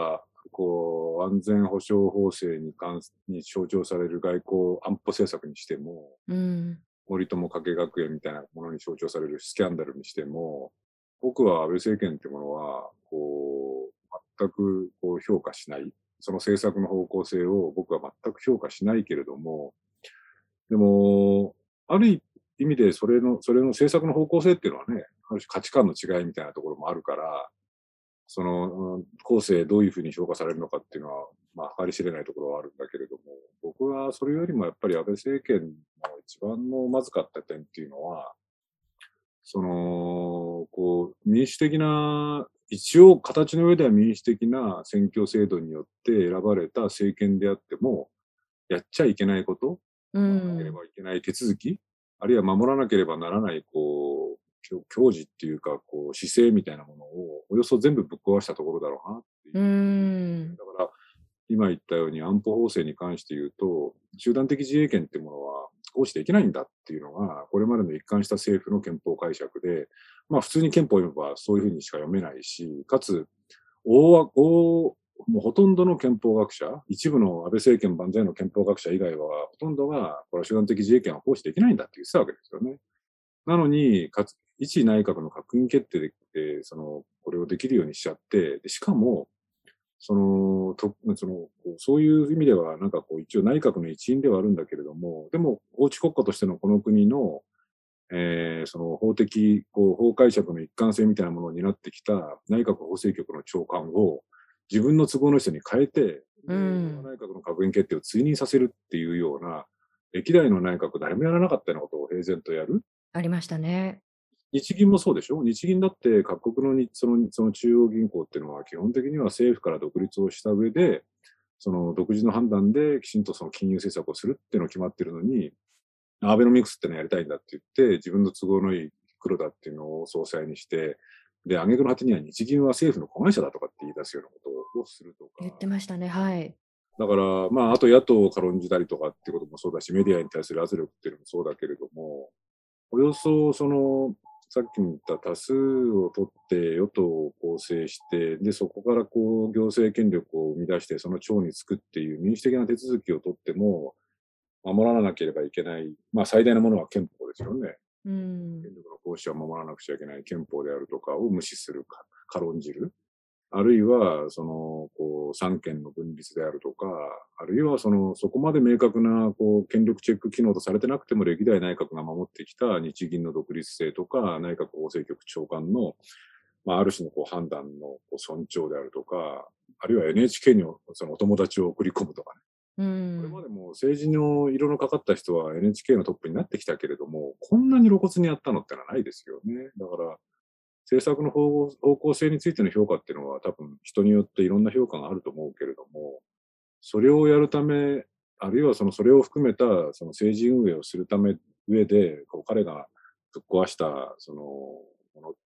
こう、安全保障法制に関すに象徴される外交安保政策にしても、 うん森友加計学園みたいなものに象徴されるスキャンダルにしても、僕は安倍政権っていうものは、こう、全くこう評価しない。その政策の方向性を僕は全く評価しないけれども、でも、ある意味でそれの、それの政策の方向性っていうのはね、ある種価値観の違いみたいなところもあるから、その、うん後世どういうふうに評価されるのかっていうのは、まあ、計り知れないところはあるんだけれども、僕はそれよりもやっぱり安倍政権の一番のまずかった点っていうのは、その、こう、民主的な、一応形の上では民主的な選挙制度によって選ばれた政権であっても、やっちゃいけないこと、 う守らなけれんばいけない手続き、あるいは守らなければならない、こう、教教示っていうか、こう、姿勢みたいなものを、およそ全部ぶっ壊したところだろうなっていうう。んだから、今言ったように安保法制に関して言うと、集団的自衛権っていうものは行使できないんだっていうのが、これまでの一貫した政府の憲法解釈で、まあ普通に憲法を読めばそういうふうにしか読めないし、かつ、大わ大もうほとんどの憲法学者、一部の安倍政権万歳の憲法学者以外は、ほとんどが、これは集団的自衛権は行使できないんだって言ってたわけですよね。なのに、かつ、一内閣の閣議決定で、えーその、これをできるようにしちゃって、でしかも、その、と、その、こうそういう意味では、なんかこう、一応内閣の一員ではあるんだけれども、でも、法治国家としてのこの国の、えーその法的、こう、法解釈の一貫性みたいなものを担ってきた内閣法制局の長官を自分の都合の人に変えて、でうん内閣の閣議決定を追認させるっていうような、歴代の内閣誰もやらなかったようなことを平然とやる。 ありましたね。 日銀もそうでしょ。日銀だって各国のにそのその中央銀行っていうのは基本的には政府から独立をした上で、その独自の判断できちんとその金融政策をするっていうのが決まってるのに、アベノミクスってのやりたいんだって言って、自分の都合のいい黒田っていうのを総裁にして、で、挙句の果てには日銀は政府の子会社だとかって言い出すようなことをするとか。 言ってましたね。はい。 だから、まあ、あと野党を軽んじたりとかっていうこともそうだし、メディアに対する圧力っていうのもそうだけれども、およそ、その、さっきも言った多数を取って与党を構成して、で、そこからこう、行政権力を生み出して、その長につくっていう民主的な手続きを取っても、守らなければいけない。まあ、最大のものは憲法ですよね。 うん権力の行使は守らなくちゃいけない憲法であるとかを無視するか、軽んじる。あるいは、その、こう、三権の分立であるとか、あるいは、その、そこまで明確な、こう、権力チェック機能とされてなくても、歴代内閣が守ってきた日銀の独立性とか、内閣法制局長官の、まあ、ある種のこう判断のこう尊重であるとか、あるいは エヌエイチケー にそのお友達を送り込むとかね。 うこれまんでも政治の色のかかった人は エヌエイチケー のトップになってきたけれども、こんなに露骨にやったのってのはないですよね。だから、政策の方方向性についての評価っていうのは多分人によっていろんな評価があると思うけれども、それをやるため、あるいはそのそれを含めたその政治運営をするため、上で、こう彼がぶっ壊したそのものって、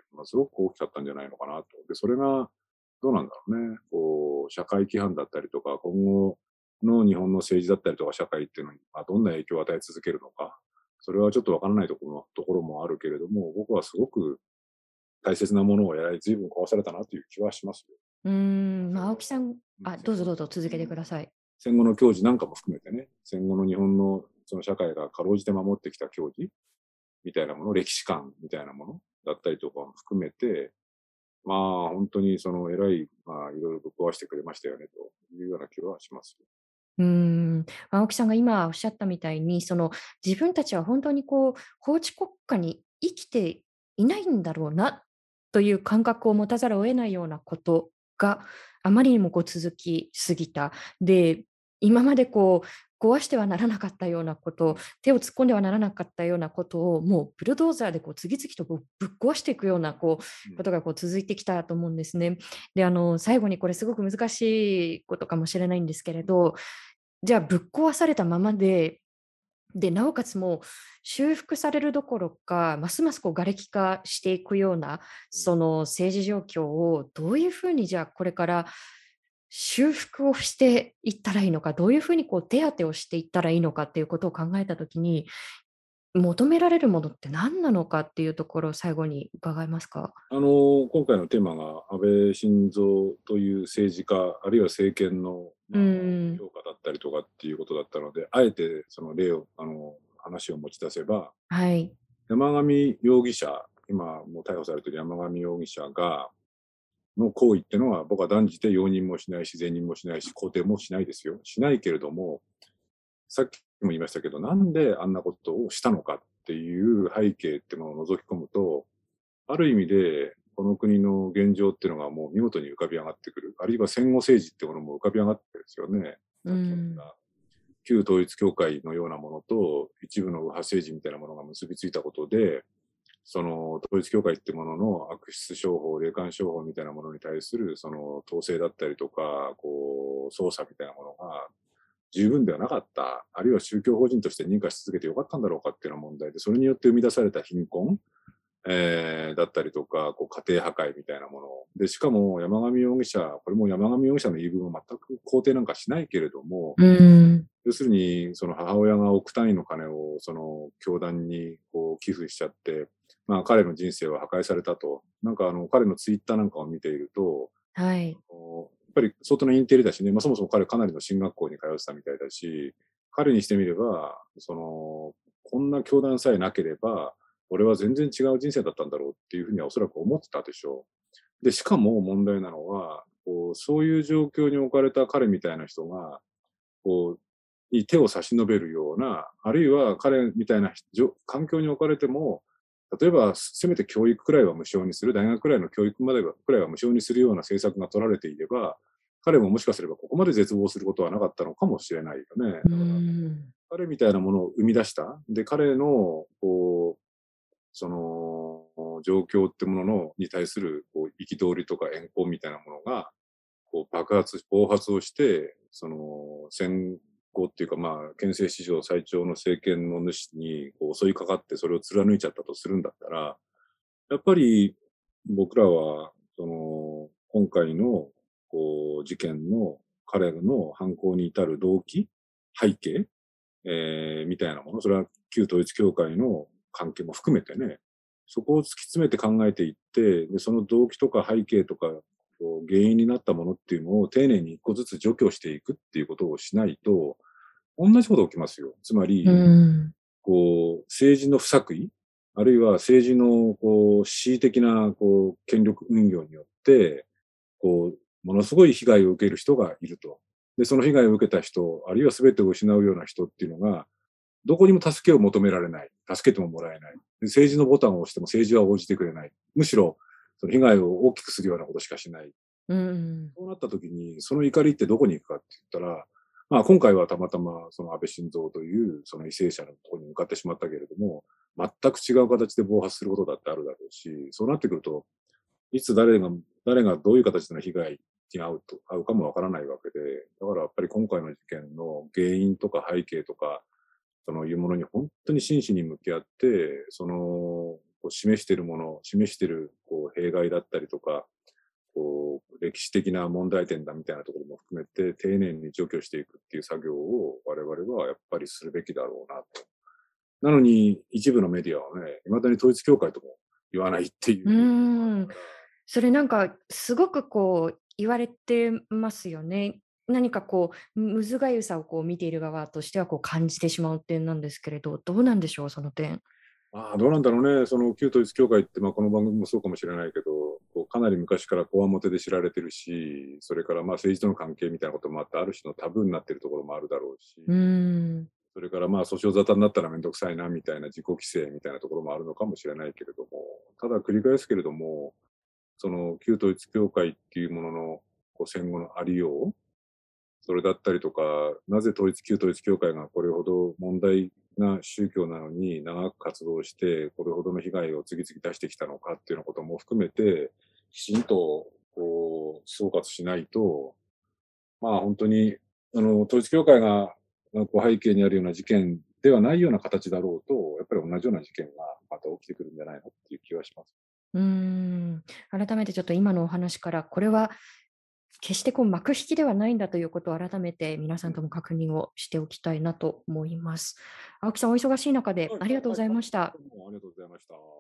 まあ、すごく大きかったんじゃないのかなと。で、それがどうなんだろうね。こう、社会規範だったりとか、今後の日本の政治だったりとか社会っていうのに、まあ、どんな影響を与え続けるのか。それはちょっとわからないところところもあるけれども、僕はすごく大切なものをやられ、随分壊されたなという気はしますよ。 うんまあ青木さん、あ、どうぞどうぞ続けてください。 戦後の教授なんかも含めてね、戦後の日本のその社会がかろうじて守ってきた教授みたいなもの、歴史観みたいなものだったりとかも含めて、まあ本当にその偉い、まあいろいろぶっ壊してくれましたよねというような気はしますよ。 うん青木さんが今おっしゃったみたいに、その自分たちは本当にこう法治国家に生きていないんだろうなという感覚を持たざるを得ないようなことがあまりにもこう続きすぎた。で、今までこう壊してはならなかったようなこと、手を突っ込んではならなかったようなことをもうブルドーザーでこう次々とこうぶっ壊していくようなこうことがこう続いてきたと思うんですね。で、あの最後にこれすごく難しいことかもしれないんですけれど、じゃあぶっ壊されたままで、で、なおかつもう修復されるどころか、ますますこう瓦礫化していくような、その政治状況をどういうふうにじゃあこれから修復をしていったらいいのか、どういうふうにこう手当てをしていったらいいのかっていうことを考えたときに、 求められるものって何なのかっていうところを最後に伺えますか？ あの今回のテーマが安倍晋三という政治家、あるいは政権の、 うまあ、 ん。 評価だったりとかっていうことだったので、あえてその例を、あの話を持ち出せば、 はい。 山上容疑者、今もう逮捕されている山上容疑者が、の行為っていうのは、僕は断じて容認もしないし、善認もしないし、肯定もしないですよ。しないけれども、さっきも言いましたけど、なんであんなことをしたのかっていう背景っていうのを覗き込むと、ある意味で、この国の現状っていうのがもう見事に浮かび上がってくる。あるいは戦後政治ってものも浮かび上がってくるんですよね。 うさっき言っん。 た旧統一教会のようなものと一部の右派政治みたいなものが結びついたことで、その統一教会ってものの悪質商法、霊感商法みたいなものに対するその統制だったりとか、こう、捜査みたいなものが十分ではなかった、あるいは宗教法人として認可し続けてよかったんだろうかっていうような問題で、それによって生み出された貧困、えーだったりとか、こう家庭破壊みたいなもの。で、しかも山上容疑者、これも山上容疑者の言い分を全く肯定なんかしないけれども、 うん。 要するに、その母親が億単位の金を、その教団にこう寄付しちゃって、まあ彼の人生は破壊されたと。なんかあの、彼のツイッターなんかを見ていると、 はい。 こうやっぱり相当なインテリだしね、まあそもそも彼かなりの進学校に通ってたみたいだし、彼にしてみれば、その、こんな教団さえなければ、俺は全然違う人生だったんだろうっていうふうにはおそらく思ってたでしょう。で、しかも問題なのは、こうそういう状況に置かれた彼みたいな人が、こう、に手を差し伸べるような、あるいは彼みたいなじょ環境に置かれても、例えばせめて教育くらいは無償にする、大学くらいの教育まではくらいは無償にするような政策が取られていれば、彼ももしかすればここまで絶望することはなかったのかもしれないよね。だうからん。 彼みたいなものを生み出した。で、彼の、こう、その、状況ってもののに対するこう憤りとか怨恨みたいなものが、こう爆発、暴発をして、その戦後っていうか、まあ、憲政史上最長の政権の主にこう襲いかかってそれを貫いちゃったとするんだったら、やっぱり僕らは、その、今回のこう事件の彼の犯行に至る動機、背景、えーみたいなもの、それは旧統一教会の関係も含めてね、そこを突き詰めて考えていって、でその動機とか背景とか、こう原因になったものっていうのを丁寧に一個ずつ除去していくっていうことをしないと、同じこと起きますよ。つまり、 うん。 こう、政治の不作為、あるいは政治の、こう、恣意的な、こう、権力運用によって、こう、ものすごい被害を受ける人がいると。で、その被害を受けた人、あるいは全てを失うような人っていうのが、どこにも助けを求められない。助けてももらえない。で政治のボタンを押しても政治は応じてくれない。むしろ、その被害を大きくするようなことしかしない。 うん。 そうなった時に、その怒りってどこに行くかって言ったら、まあ今回はたまたまその安倍晋三というその為政者のところに向かってしまったけれども、全く違う形で暴発することだってあるだろうし、そうなってくると、いつ誰が、誰がどういう形での被害に遭うと、遭うかもわからないわけで、だからやっぱり今回の事件の原因とか背景とか、そのいうものに本当に真摯に向き合って、その、こう示しているもの、示しているこう弊害だったりとか、こう、歴史的な問題点だみたいなところも含めて、丁寧に除去していくっていう作業を我々はやっぱりするべきだろうなと。なのに、一部のメディアはね、未だに統一教会とも言わないっていう。 うん。それなんかすごくこう言われてますよね。何かこうむずがゆさをこう見ている側としてはこう感じてしまう点なんですけれど、どうなんでしょう、その点。 ああ、どうなんだろうね。その旧統一教会って、まあこの番組もそうかもしれないけど、こうかなり昔からこわもてで知られてるし、それからまあ政治との関係みたいなこともあって、ある種のタブーになってるところもあるだろうし、 うーん。 それからまあ訴訟沙汰になったらめんどくさいなみたいな自己規制みたいなところもあるのかもしれないけれども、ただ繰り返すけれども、その旧統一教会っていうもののこう戦後のありよう、それだったりとか、なぜ統一旧統一教会がこれほど問題な宗教なのに長く活動して、これほどの被害を次々出してきたのかっていうようなことも含めて、きちんとこう総括しないと、まあ本当にあの統一教会がこう背景にあるような事件ではないような形だろうと、やっぱり同じような事件がまた起きてくるんじゃないのっていう気はします。 うーん。改めてちょっと今のお話から、これは決してこう幕引きではないんだということを改めて皆さんとも確認をしておきたいなと思います。青木さん、お忙しい中でありがとうございました。 どうもありがとうございました。 はい、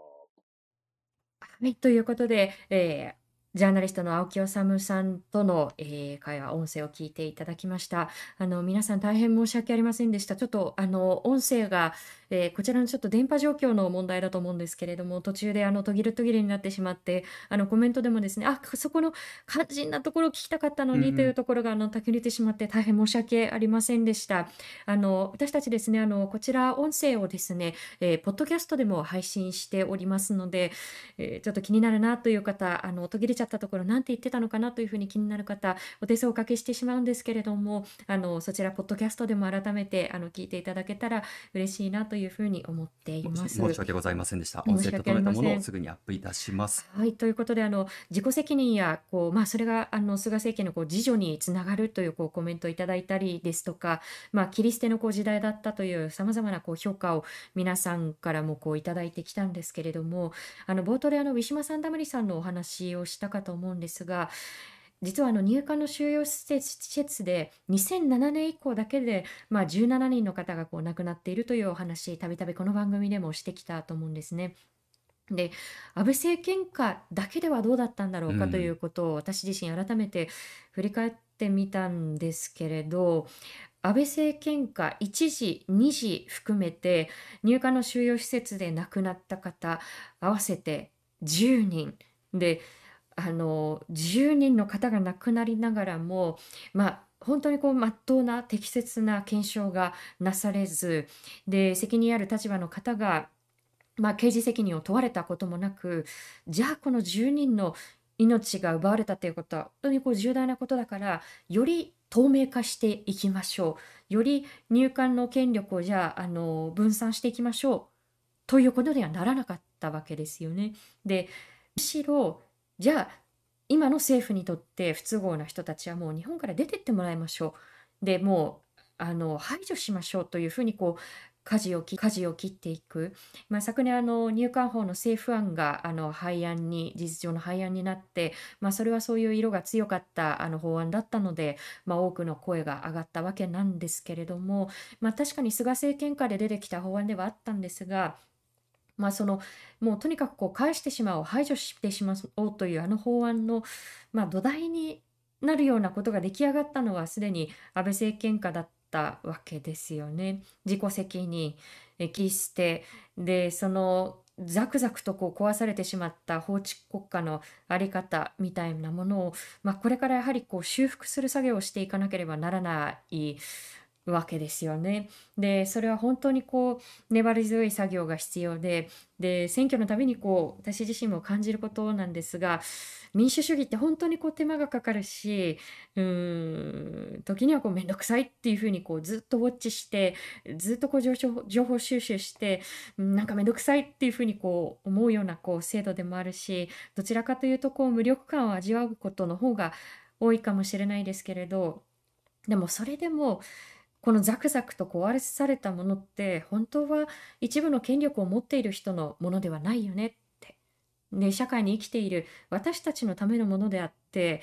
ということで、えージャーナリストの青木治さんとの、えー会話、音声を聞いていただきました。あの皆さん大変申し訳ありませんでした。ちょっとあの音声が、えーこちらのちょっと電波状況の問題だと思うんですけれども、途中であの途切れ途切れになってしまって、あのコメントでもですね、あ、そこの肝心なところを聞きたかったのにというところがあの途切れてしまって大変申し訳ありませんでした。あの私たちですね、あのこちら音声をですね、えーポッドキャストでも配信しておりますので、えーちょっと気になるなという方、あの途切れちゃったところなんて言ってたのかなというふうに気になる方、お手数をおかけしてしまうんですけれども、あのそちらポッドキャストでも改めてあの聞いていただけたら嬉しいなというふうに思っています。 申し訳ございませんでした。 申音声し訳ありません整えたものをすぐにアップいたします。 はい、ということであの自己責任やこう、まあ、それがあの菅政権のこう自助につながるというこうコメントをいただいたりですとか、まあ、切り捨てのこう時代だったというさまざまなこう評価を皆さんからもこういただいてきたんですけれども、あの冒頭であのウィシュマ・サンダムリさんのお話をしたかと思うんですが、実はあの入管の収容施設施設でにせんななねん以降だけで、まあ、じゅうななにんの方がこう亡くなっているというお話、たびたびこの番組でもしてきたと思うんですね。で、安倍政権下だけではどうだったんだろうかということを私自身改めて振り返ってみたんですけれど、安倍政権下いちじにじ含めて入管の収容施設で亡くなった方合わせてじゅうにんで、あのじゅうにんの方が亡くなりながらも、まあ本当にこう真っ当な適切な検証がなされず、で責任ある立場の方がまあ、刑事責任を問われたこともなく、じゃあこのじゅうにんの命が奪われたということは本当にこう重大なことだから、より透明化していきましょう、より入管の権力をじゃあ、あの分散していきましょうということにはならなかったわけですよね。で、むしろじゃあ今の政府にとって不都合な人たちはもう日本から出てってもらいましょう、でもうあの排除しましょうというふうにこう舵をき舵を切っていく、まあ、昨年あの入管法の政府案があの廃案に事実上の廃案になって、まあ、それはそういう色が強かったあの法案だったので、まあ、多くの声が上がったわけなんですけれども、まあ、確かに菅政権下で出てきた法案ではあったんですが、まあ、そのもうとにかくこう返してしまおう、排除してしまおうというあの法案の、まあ、土台になるようなことが出来上がったのはすでに安倍政権下だったわけですよね。自己責任、え切り捨てで、そのザクザクとこう壊されてしまった法治国家の在り方みたいなものを、まあ、これからやはりこう修復する作業をしていかなければならないわけですよね。で、それは本当にこう粘り強い作業が必要で、で選挙のたびにこう私自身も感じることなんですが、民主主義って本当にこう手間がかかるし、うーん時にはこうめんどくさいっていうふうにこうずっとウォッチして、ずっとこう情報情報収集して、うんなんかめんどくさいっていうふうにこう思うようなこう制度でもあるし、どちらかというとこう無力感を味わうことの方が多いかもしれないですけれど、でもそれでもこのザクザクと壊されたものって本当は一部の権力を持っている人のものではないよねって。で、社会に生きている私たちのためのものであって、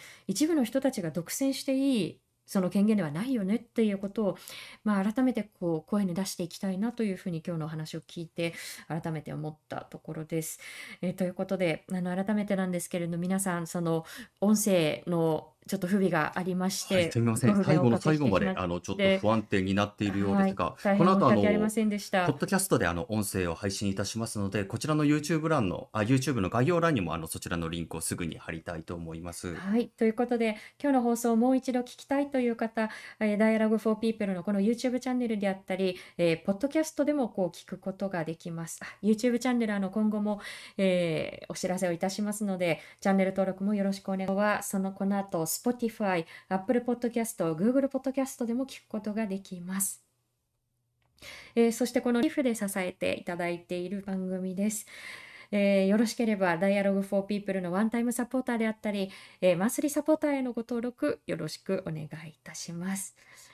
一部の人たちが独占していいその権限ではないよねっていうことを、まあ、改めてこう声に出していきたいなというふうに今日のお話を聞いて改めて思ったところです。えーということで、あの改めてなんですけれど、皆さんその音声のちょっと不備がありましはい、 て、 すみません。 ご不最後の便をおかけ最後まで、 してしまっあの、ちょっとて、 不安定になっているようではい、 すが、 大変この後、あ申し訳ありまの、 せんでした。 ポッドキャストであの音声を配信いたしますので、こちらの YouTube 欄の、あ、YouTube の概要欄にもあのそちらのリンクをすぐに貼りたいと思います。 はい、ということで、今日の放送をもう一度聞きたいという方、えー、Dialogue for People のこの YouTube チャンネルであったり、えー、ポッドキャストでもこう聞くことができます。あ YouTube チャンネル、あの今後も、えーお知らせをいたしますので、チャンネル登録もよろしくお願いします。そのこの後、Spotify、Apple Podcast、Google Podcast でも聞くことができます。えーそしてこのリフで支えていただいている番組です。えーよろしければ Dialogue for People のワンタイムサポーターであったり、えーマンスリーサポーターへのご登録よろしくお願いいたします。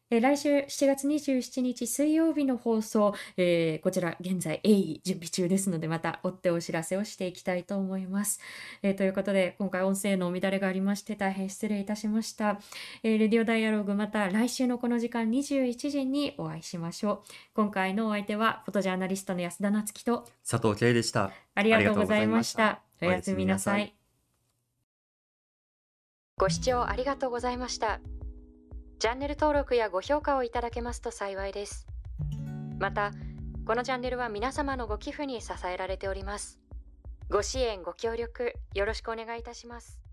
えー来週しちがつにじゅうしちにち水曜日の放送、えーこちら現在鋭意準備中ですので、また追ってお知らせをしていきたいと思います。えーということで、今回音声のお乱れがありまして大変失礼いたしました。えーレディオダイアログ、また来週のこの時間にじゅういちじにお会いしましょう。今回のお相手はフォトジャーナリストの安田なつきと、 佐藤圭でした。 ありがとうございました。おやすみなさい。ご視聴ありがとうございました。チャンネル登録やご評価をいただけますと幸いです。また、このチャンネルは皆様のご寄付に支えられております。ご支援、ご協力、よろしくお願いいたします。